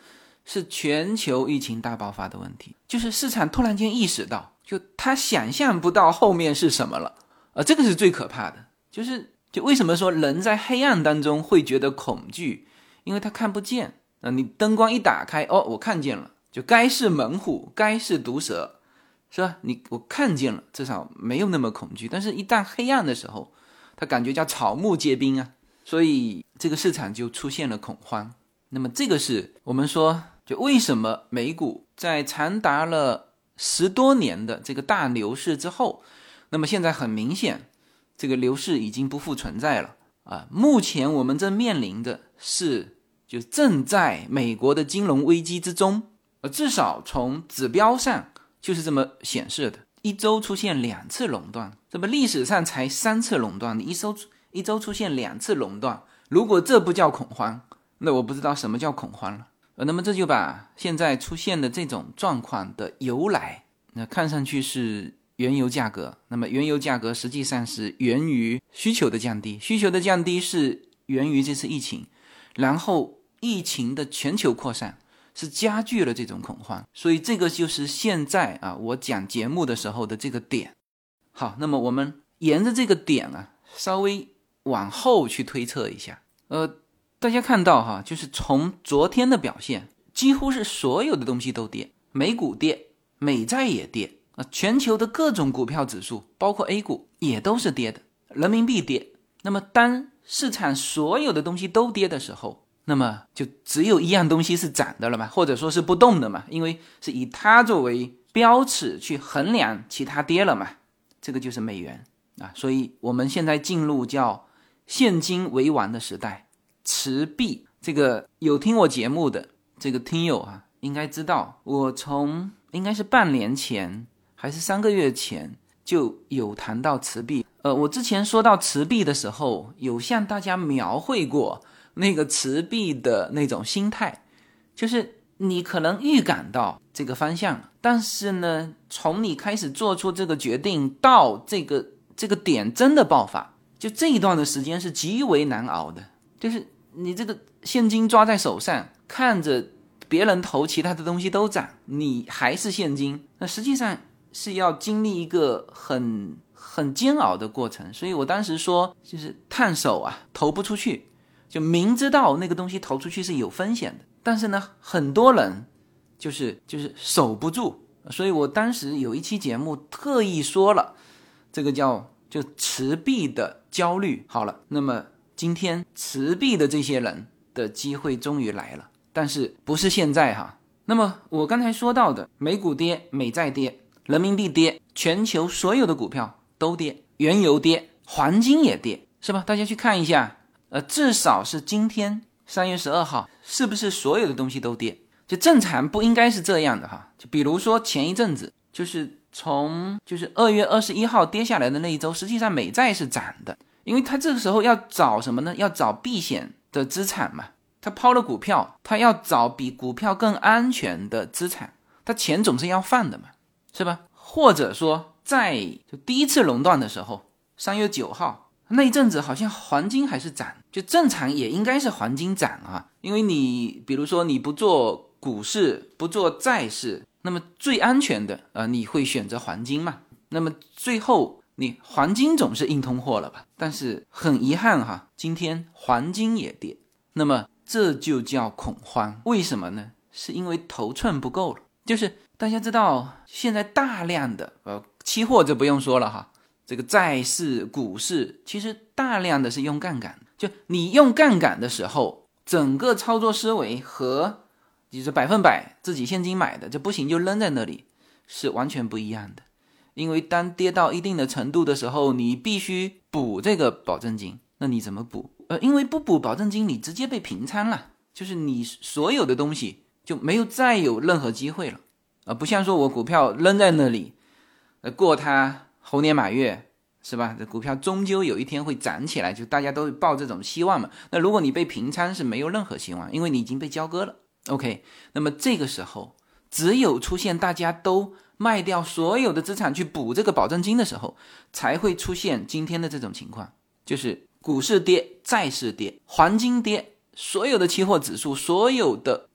是全球疫情大爆发的问题，就是市场突然间意识到，就他想象不到后面是什么了，这个是最可怕的。就为什么说人在黑暗当中会觉得恐惧，因为他看不见。你灯光一打开，我看见了，就该是猛虎，该是毒蛇，是吧？我看见了，至少没有那么恐惧。但是一旦黑暗的时候，他感觉叫草木皆兵啊，所以这个市场就出现了恐慌。那么这个是我们说，就为什么美股在长达了10多年的这个大牛市之后，那么现在很明显这个牛市已经不复存在了目前我们正面临的是就正在美国的金融危机之中，至少从指标上就是这么显示的，一周出现2次垄断，这么历史上才3次垄断，你一周出现2次垄断，如果这不叫恐慌，那我不知道什么叫恐慌了。那么这就把现在出现的这种状况的由来，那看上去是原油价格，那么原油价格实际上是源于需求的降低，需求的降低是源于这次疫情，然后疫情的全球扩散是加剧了这种恐慌，所以这个就是现在我讲节目的时候的这个点。好，那么我们沿着这个点稍微往后去推测一下。大家看到就是从昨天的表现，几乎是所有的东西都跌，美股跌，美债也跌，全球的各种股票指数，包括 A 股也都是跌的，人民币跌。那么当市场所有的东西都跌的时候，那么就只有一样东西是涨的了嘛，或者说是不动的嘛，因为是以它作为标尺去衡量其他跌了嘛，这个就是美元所以我们现在进入叫现金为王的时代，持币。这个有听我节目的这个听友应该知道，我从应该是半年前还是3个月前就有谈到持币。我之前说到持币的时候，有向大家描绘过那个持币的那种心态，就是你可能预感到这个方向，但是呢，从你开始做出这个决定到这个点真的爆发，就这一段的时间是极为难熬的。就是你这个现金抓在手上，看着别人投其他的东西都涨，你还是现金，那实际上是要经历一个很煎熬的过程。所以我当时说，就是烫手投不出去，就明知道那个东西投出去是有风险的，但是呢，很多人就是守不住。所以我当时有一期节目特意说了，这个就持币的焦虑。好了，那么今天持币的这些人的机会终于来了，但是不是现在那么我刚才说到的，美股跌，美债跌，人民币跌，全球所有的股票都跌，原油跌，黄金也跌，是吧？大家去看一下，至少是今天3月12号，是不是所有的东西都跌？就正常不应该是这样的就比如说前一阵子，从2月21号跌下来的那一周，实际上美债是涨的，因为他这个时候要找什么呢？要找避险的资产嘛。他抛了股票，他要找比股票更安全的资产，他钱总是要放的嘛，是吧？或者说在就第一次垄断的时候，3月9号那一阵子好像黄金还是涨，就正常也应该是黄金涨因为你比如说你不做股市，不做债市，那么最安全的你会选择黄金嘛。那么最后你黄金总是硬通货了吧？但是很遗憾今天黄金也跌，那么这就叫恐慌。为什么呢？是因为头寸不够了。就是大家知道现在大量的期货就不用说了这个债市股市其实大量的是用杠杆，就你用杠杆的时候，整个操作思维和就是100%自己现金买的，这不行就扔在那里，是完全不一样的。因为当跌到一定的程度的时候，你必须补这个保证金。那你怎么补？因为不补保证金，你直接被平仓了，就是你所有的东西就没有再有任何机会了不像说我股票扔在那里过它猴年马月，是吧？这股票终究有一天会涨起来，就大家都抱这种希望嘛。那如果你被平仓是没有任何希望，因为你已经被交割了。OK， 那么这个时候只有出现大家都卖掉所有的资产去补这个保证金的时候，才会出现今天的这种情况，就是股市跌，债市跌，黄金跌，所有的期货指数，所有的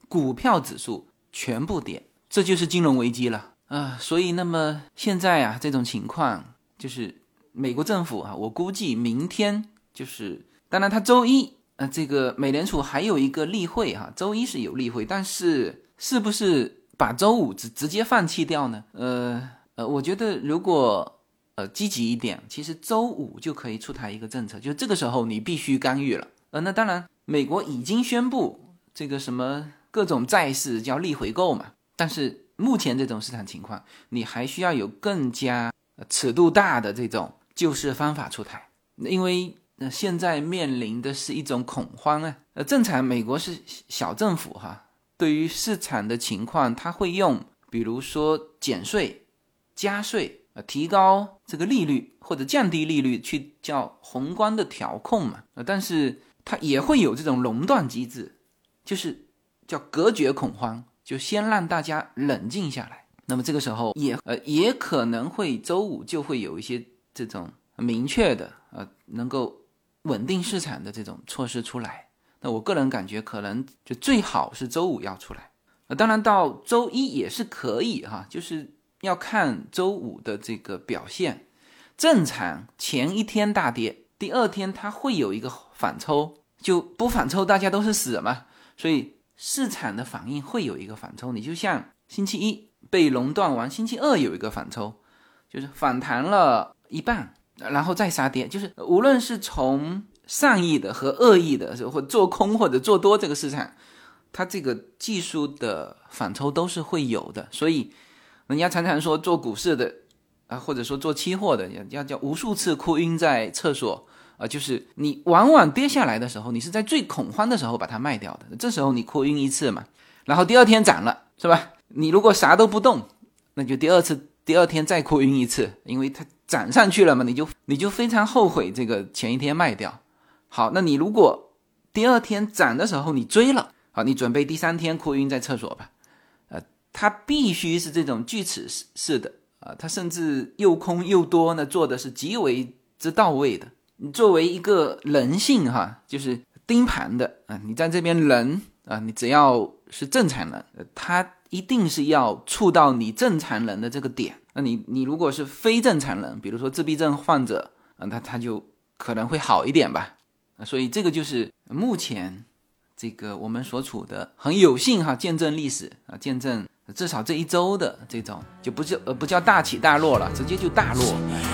股票指数全部跌，这就是金融危机了所以那么现在这种情况就是美国政府我估计明天就是当然他周一这个美联储还有一个例会周一是有例会，但是是不是把周五直接放弃掉呢？我觉得如果积极一点，其实周五就可以出台一个政策，就是这个时候你必须干预了。那当然，美国已经宣布这个什么各种债市叫逆回购嘛，但是目前这种市场情况，你还需要有更加尺度大的这种救市方法出台，因为现在面临的是一种恐慌正常美国是小政府对于市场的情况，它会用比如说减税、加税。提高这个利率或者降低利率去叫宏观的调控嘛，但是它也会有这种垄断机制，就是叫隔绝恐慌，就先让大家冷静下来。那么这个时候也可能会周五就会有一些这种明确的能够稳定市场的这种措施出来。那我个人感觉可能就最好是周五要出来，当然到周一也是可以就是要看周五的这个表现，正常前一天大跌，第二天它会有一个反抽，就不反抽大家都是死嘛，所以市场的反应会有一个反抽。你就像星期一被垄断完，星期二有一个反抽，就是反弹了一半，然后再杀跌，就是无论是从善意的和恶意的，或做空或者做多这个市场，它这个技术的反抽都是会有的。所以人家常常说做股市的或者说做期货的要叫无数次哭晕在厕所就是你往往跌下来的时候，你是在最恐慌的时候把它卖掉的，这时候你哭晕一次嘛，然后第二天涨了是吧？你如果啥都不动，那就第二天再哭晕一次，因为它涨上去了嘛，你就非常后悔这个前一天卖掉。好，那你如果第二天涨的时候你追了，好，你准备第三天哭晕在厕所吧。它必须是这种锯齿式的它甚至又空又多呢，做的是极为之到位的。你作为一个人性就是盯盘的你在这边人你只要是正常人，它一定是要触到你正常人的这个点。那你如果是非正常人，比如说自闭症患者他就可能会好一点吧。所以这个就是目前这个我们所处的很有幸见证历史见证至少这一周的这种就不叫大起大落了，直接就大落。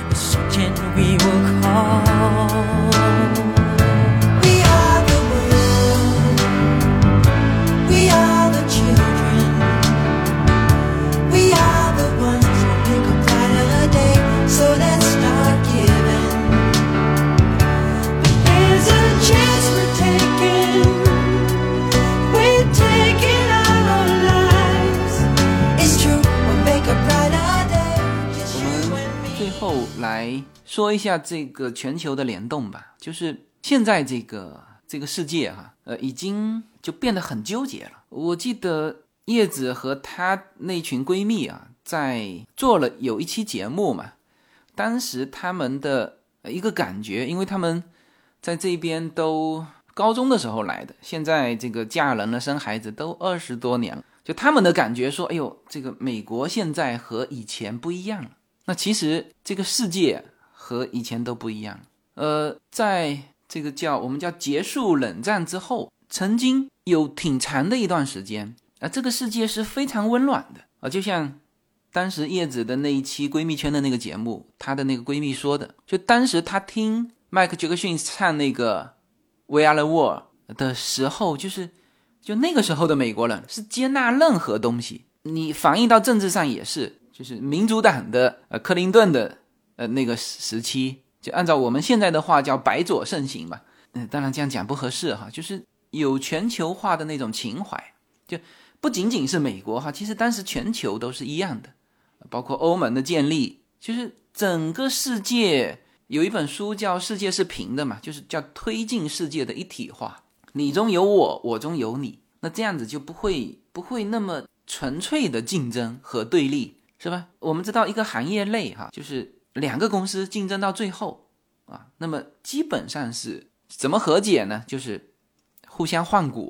来说一下这个全球的联动吧，就是现在这个世界已经就变得很纠结了。我记得叶子和她那群闺蜜在做了有一期节目嘛，当时他们的一个感觉，因为他们在这边都高中的时候来的，现在这个嫁人了生孩子都20多年了，就他们的感觉说，哎呦，这个美国现在和以前不一样了。那其实这个世界和以前都不一样。在这个我们叫结束冷战之后，曾经有挺长的一段时间这个世界是非常温暖的就像当时叶子的那一期闺蜜圈的那个节目，她的那个闺蜜说的，就当时她听迈克杰克逊唱那个 We Are the World 的时候，就那个时候的美国人是接纳任何东西，你反映到政治上也是，就是民主党的克林顿的那个时期，就按照我们现在的话叫白左盛行嘛。当然这样讲不合适就是有全球化的那种情怀，就不仅仅是美国其实当时全球都是一样的，包括欧盟的建立，就是整个世界有一本书叫《世界是平的》嘛，就是叫推进世界的一体化，你中有我，我中有你，那这样子就不会那么纯粹的竞争和对立，是吧？我们知道一个行业类就是2个公司竞争到最后那么基本上是怎么和解呢？就是互相换股嘛，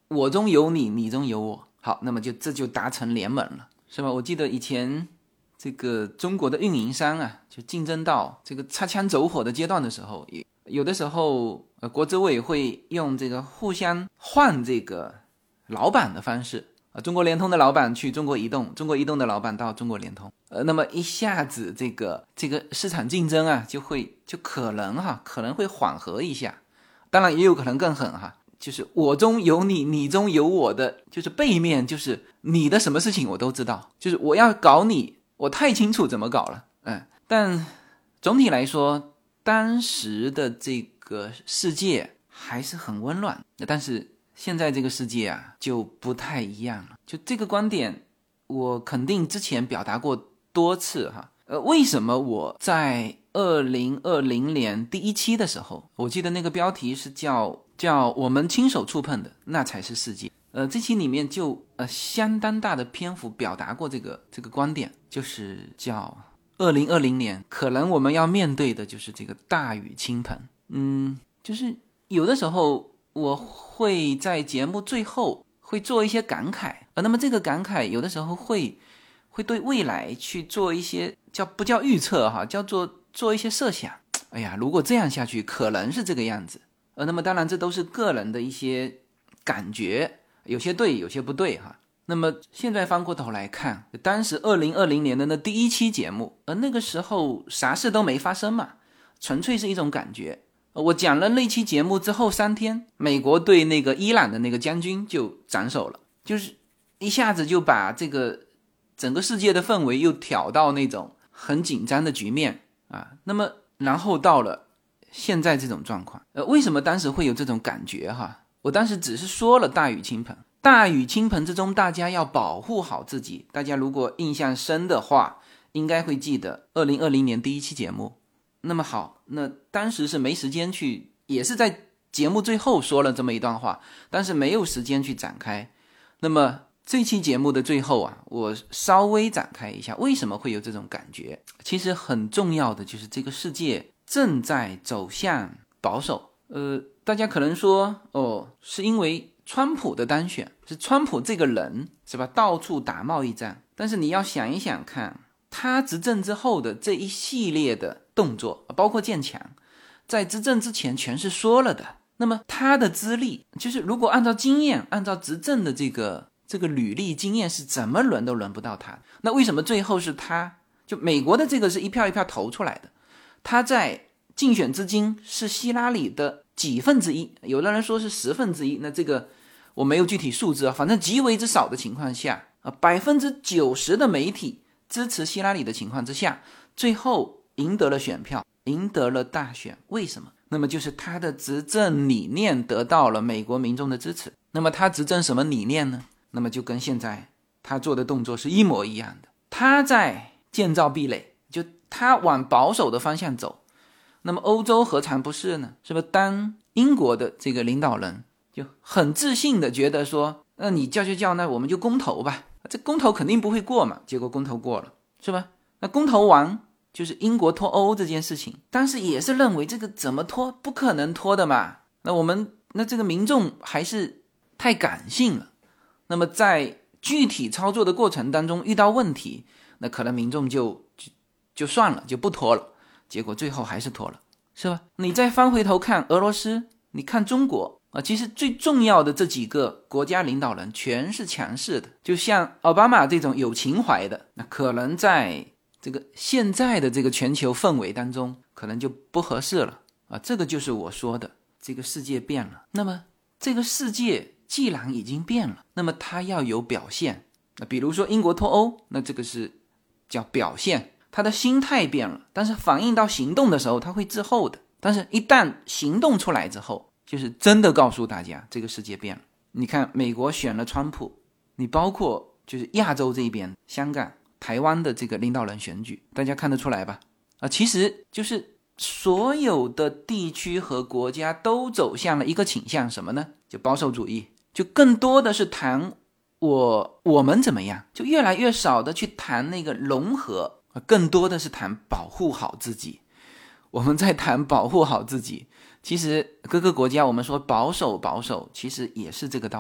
我中有你，你中有我。好，那么这就达成联盟了，是吧？我记得以前这个中国的运营商啊，就竞争到这个擦枪走火的阶段的时候，有的时候国资委会用这个互相换这个老板的方式啊，中国联通的老板去中国移动，中国移动的老板到中国联通，那么一下子这个市场竞争啊，就可能会缓和一下，当然也有可能更狠哈，就是我中有你，你中有我的，就是背面就是你的什么事情我都知道，就是我要搞你，我太清楚怎么搞了，但总体来说，当时的这个世界还是很温暖，但是现在这个世界啊就不太一样了。就这个观点，我肯定之前表达过多次哈。为什么我在2020年第一期的时候，我记得那个标题是叫我们亲手触碰的那才是世界。这期里面就相当大的篇幅表达过这个观点，就是叫2020年可能我们要面对的就是这个大雨倾盆。就是有的时候我会在节目最后会做一些感慨，那么这个感慨有的时候会对未来去做一些不叫预测哈，叫做一些设想。哎呀，如果这样下去可能是这个样子。那么当然这都是个人的一些感觉，有些对有些不对哈。那么现在翻过头来看，当时2020年的那第一期节目，那个时候啥事都没发生嘛，纯粹是一种感觉。我讲了那期节目之后3天，美国对那个伊朗的那个将军就斩首了，就是一下子就把这个整个世界的氛围又挑到那种很紧张的局面啊。那么然后到了现在这种状况，为什么当时会有这种感觉哈？我当时只是说了大雨倾盆，大雨倾盆之中大家要保护好自己。大家如果印象深的话，应该会记得2020年第一期节目。那么好，那当时是没时间去，也是在节目最后说了这么一段话，但是没有时间去展开。那么这期节目的最后啊，我稍微展开一下为什么会有这种感觉。其实很重要的就是这个世界正在走向保守。大家可能说是因为川普的当选，是川普这个人是吧，到处打贸易战。但是你要想一想看，他执政之后的这一系列的动作，包括建墙，在执政之前全是说了的。那么他的资历，就是如果按照经验，按照执政的这个履历经验，是怎么轮都轮不到他。那为什么最后是他？就美国的这个是一票一票投出来的，他在竞选资金是希拉里的几分之一，有的人说是1/10，那这个我没有具体数字啊，反正极为之少的情况下，90%的媒体支持希拉里的情况之下，最后赢得了选票，赢得了大选。为什么？那么就是他的执政理念得到了美国民众的支持。那么他执政什么理念呢？那么就跟现在他做的动作是一模一样的，他在建造壁垒，就他往保守的方向走。那么欧洲何尝不是呢？是不是当英国的这个领导人就很自信的觉得说，那你叫，那我们就公投吧，这公投肯定不会过嘛，结果公投过了，是吧？那公投完就是英国脱欧这件事情，当时也是认为这个怎么脱，不可能脱的嘛。那这个民众还是太感性了。那么在具体操作的过程当中遇到问题，那可能民众就算了，就不脱了。结果最后还是脱了，是吧？你再翻回头看俄罗斯，你看中国啊，其实最重要的这几个国家领导人全是强势的，就像奥巴马这种有情怀的，那可能在这个现在的这个全球氛围当中，可能就不合适了啊。这个就是我说的，这个世界变了。那么这个世界既然已经变了，那么它要有表现。那比如说英国脱欧，那这个是叫表现。他的心态变了，但是反映到行动的时候他会滞后的，但是一旦行动出来之后，就是真的告诉大家这个世界变了。你看美国选了川普，你包括就是亚洲这边香港台湾的这个领导人选举，大家看得出来吧？其实就是所有的地区和国家都走向了一个倾向，什么呢？就保守主义，就更多的是谈我们怎么样，就越来越少的去谈那个融合，更多的是谈保护好自己。我们在谈保护好自己，其实各个国家我们说保守，其实也是这个道理。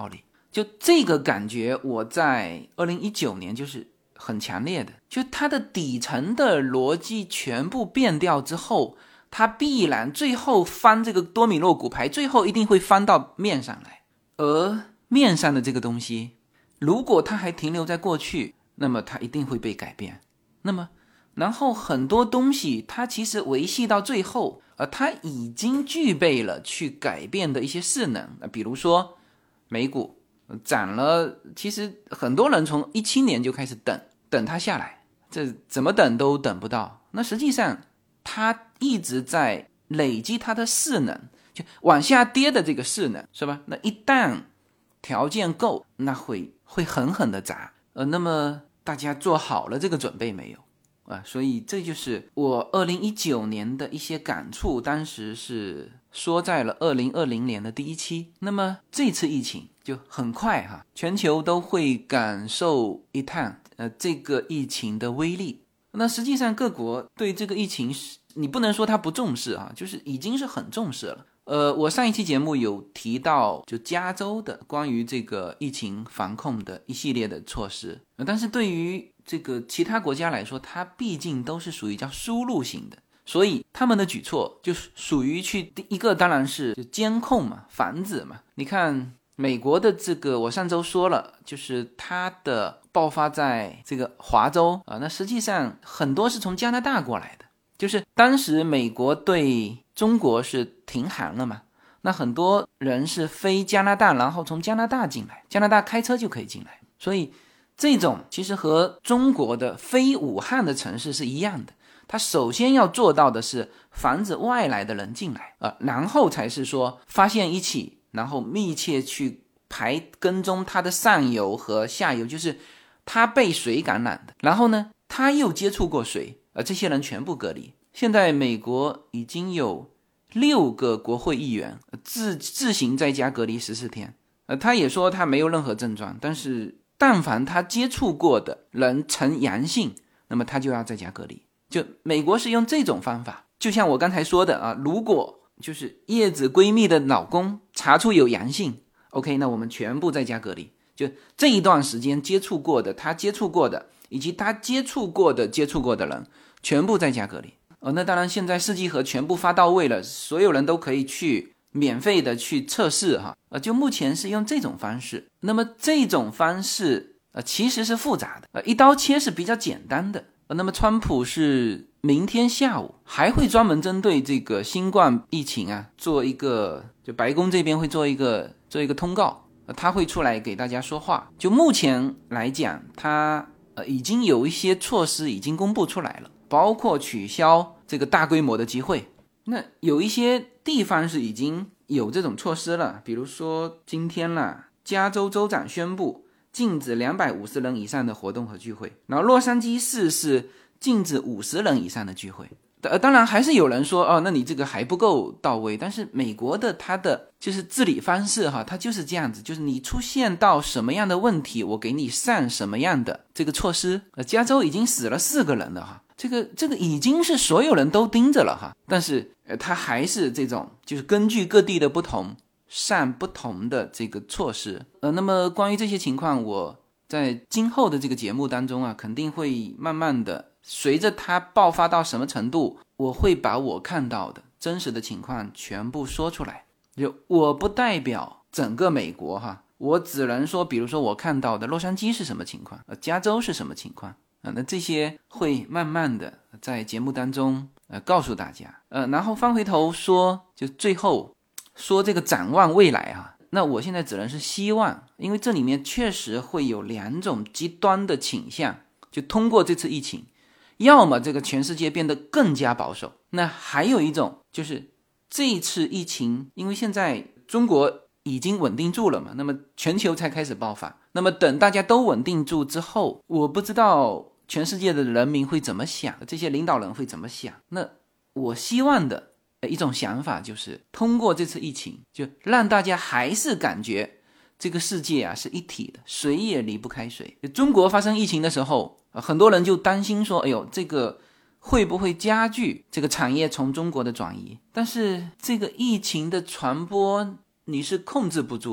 就这个感觉我在2019年就是很强烈的，就它的底层的逻辑全部变掉之后，它必然最后翻这个多米诺骨牌，最后一定会翻到面上来。而面上的这个东西，如果它还停留在过去，那么它一定会被改变。那么然后很多东西它其实维系到最后，它已经具备了去改变的一些势能。比如说美股涨了，其实很多人从17年就开始等它下来，这怎么等都等不到。那实际上它一直在累积它的势能，就往下跌的这个势能，是吧？那一旦条件够，那会狠狠的砸。那么大家做好了这个准备没有？所以这就是我2019年的一些感触，当时是说在了2020年的第一期。那么这次疫情就很快全球都会感受一趟这个疫情的威力。那实际上各国对这个疫情你不能说它不重视就是已经是很重视了。我上一期节目有提到就加州的关于这个疫情防控的一系列的措施，但是对于这个其他国家来说，它毕竟都是属于叫输入型的，所以他们的举措就属于去第一个当然是就监控嘛，防止嘛。你看美国的这个，我上周说了，就是它的爆发在这个华州那实际上很多是从加拿大过来的，就是当时美国对中国是停航了嘛，那很多人是飞加拿大，然后从加拿大进来，加拿大开车就可以进来，所以这种其实和中国的非武汉的城市是一样的，它首先要做到的是防止外来的人进来然后才是说发现一起，然后密切去跟踪它的上游和下游，就是它被谁感染的，然后呢他又接触过谁这些人全部隔离。现在美国已经有6个国会议员自行在家隔离14天他也说他没有任何症状，但是但凡他接触过的人呈阳性，那么他就要在家隔离。就美国是用这种方法，就像我刚才说的如果就是叶子闺蜜的老公查出有阳性 OK， 那我们全部在家隔离，就这一段时间接触过的他接触过的以及他接触过的人全部在家隔离那当然现在试剂盒全部发到位了，所有人都可以去免费的去测试就目前是用这种方式。那么这种方式其实是复杂的一刀切是比较简单的那么川普是明天下午还会专门针对这个新冠疫情做一个，就白宫这边会做一个通告他会出来给大家说话。就目前来讲他已经有一些措施已经公布出来了，包括取消这个大规模的集会。那有一些地方是已经有这种措施了，比如说今天加州州长宣布禁止250人以上的活动和聚会，然后洛杉矶市是禁止50人以上的聚会。当然还是有人说那你这个还不够到位，但是美国的它的就是治理方式它就是这样子，就是你出现到什么样的问题，我给你上什么样的这个措施。加州已经死了4个人了这个已经是所有人都盯着了但是它还是这种就是根据各地的不同上不同的这个措施那么关于这些情况，我在今后的这个节目当中肯定会慢慢的随着它爆发到什么程度，我会把我看到的真实的情况全部说出来。就我不代表整个美国我只能说比如说我看到的洛杉矶是什么情况加州是什么情况那这些会慢慢的在节目当中告诉大家然后翻回头说，就最后说这个展望未来那我现在只能是希望，因为这里面确实会有2种极端的倾向，就通过这次疫情，要么这个全世界变得更加保守，那还有一种就是这一次疫情，因为现在中国已经稳定住了嘛，那么全球才开始爆发，那么等大家都稳定住之后，我不知道全世界的人民会怎么想，这些领导人会怎么想。那我希望的一种想法就是通过这次疫情，就让大家还是感觉这个世界是一体的，谁也离不开谁。中国发生疫情的时候很多人就担心说，哎呦，这个会不会加剧这个产业从中国的转移，但是这个疫情的传播你是控制不住的，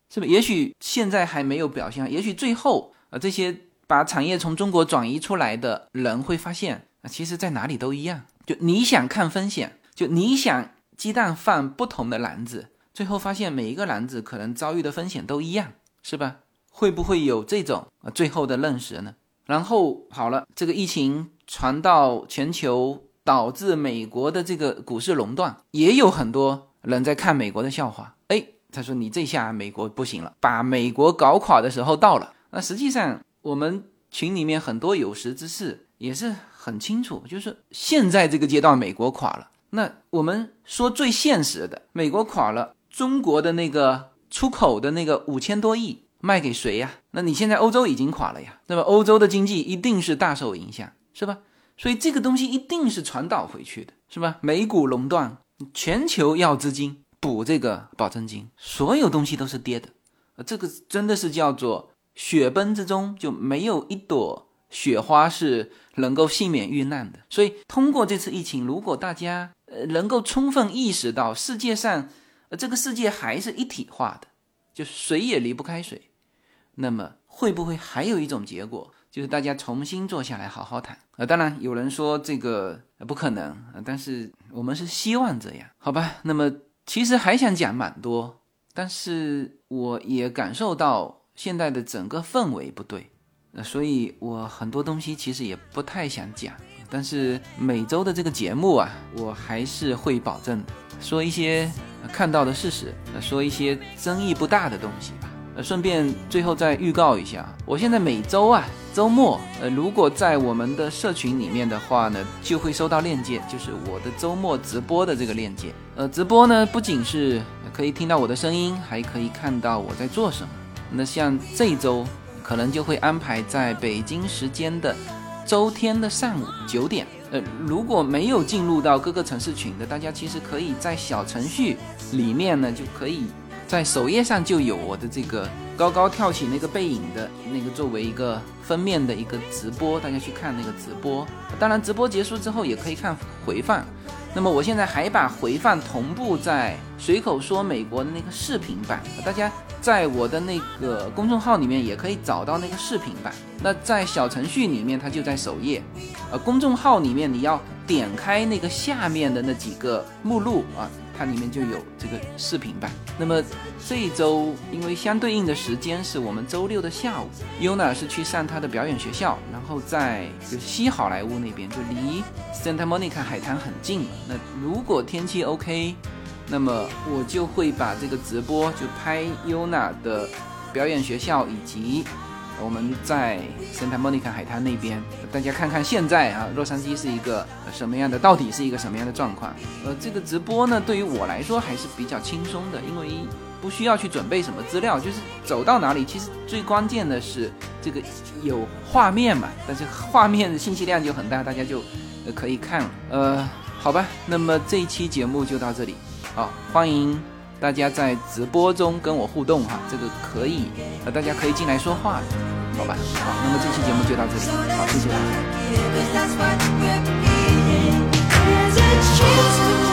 是不是？也许现在还没有表现，也许最后这些把产业从中国转移出来的人会发现其实在哪里都一样。就你想看风险，就你想鸡蛋放不同的篮子，最后发现每一个篮子可能遭遇的风险都一样，是吧？会不会有这种最后的认识呢？然后好了，这个疫情传到全球，导致美国的这个股市垄断，也有很多人在看美国的笑话。他说你这下美国不行了，把美国搞垮的时候到了。那实际上我们群里面很多有识之士也是很清楚，就是现在这个阶段美国垮了，那我们说最现实的，美国垮了，中国的那个出口的那个5000多亿卖给谁呀？那你现在欧洲已经垮了呀，那么欧洲的经济一定是大受影响，是吧？所以这个东西一定是传导回去的，是吧？美股垄断，全球要资金补这个保证金，所有东西都是跌的，这个真的是叫做雪崩之中就没有一朵雪花是能够幸免遇难的。所以通过这次疫情，如果大家能够充分意识到世界上这个世界还是一体化的，就水也离不开水，那么会不会还有一种结果，就是大家重新坐下来好好谈。当然有人说这个不可能，但是我们是希望这样，好吧？那么其实还想讲蛮多，但是我也感受到现在的整个氛围不对，所以我很多东西其实也不太想讲。但是每周的这个节目啊，我还是会保证的，说一些看到的事实，说一些争议不大的东西吧。顺便最后再预告一下，我现在每周啊周末如果在我们的社群里面的话呢，就会收到链接，就是我的周末直播的这个链接。直播呢不仅是可以听到我的声音，还可以看到我在做什么。那像这一周可能就会安排在北京时间的周天的上午9点。如果没有进入到各个城市群的，大家其实可以在小程序里面呢，就可以在首页上就有我的这个高高跳起那个背影的那个作为一个封面的一个直播，大家去看那个直播。当然直播结束之后也可以看回放。那么我现在还把回放同步在随口说美国的那个视频版，大家在我的那个公众号里面也可以找到那个视频版。那在小程序里面它就在首页，公众号里面你要点开那个下面的那几个目录啊，它里面就有这个视频版。那么这一周因为相对应的时间是我们周六的下午，Yona是去上他的表演学校，然后在就西好莱坞那边，就离 Santa Monica 海滩很近了。那如果天气 OK， 那么我就会把这个直播就拍 Yona 的表演学校以及我们在 Santa Monica 海滩那边，大家看看现在洛杉矶是一个什么样的，到底是一个什么样的状况。这个直播呢对于我来说还是比较轻松的，因为不需要去准备什么资料，就是走到哪里，其实最关键的是这个有画面嘛，但是画面的信息量就很大，大家就可以看了。好吧，那么这一期节目就到这里，好，欢迎大家在直播中跟我互动这个可以大家可以进来说话的，好吧？好，那么这期节目就到这里，好，谢谢大家。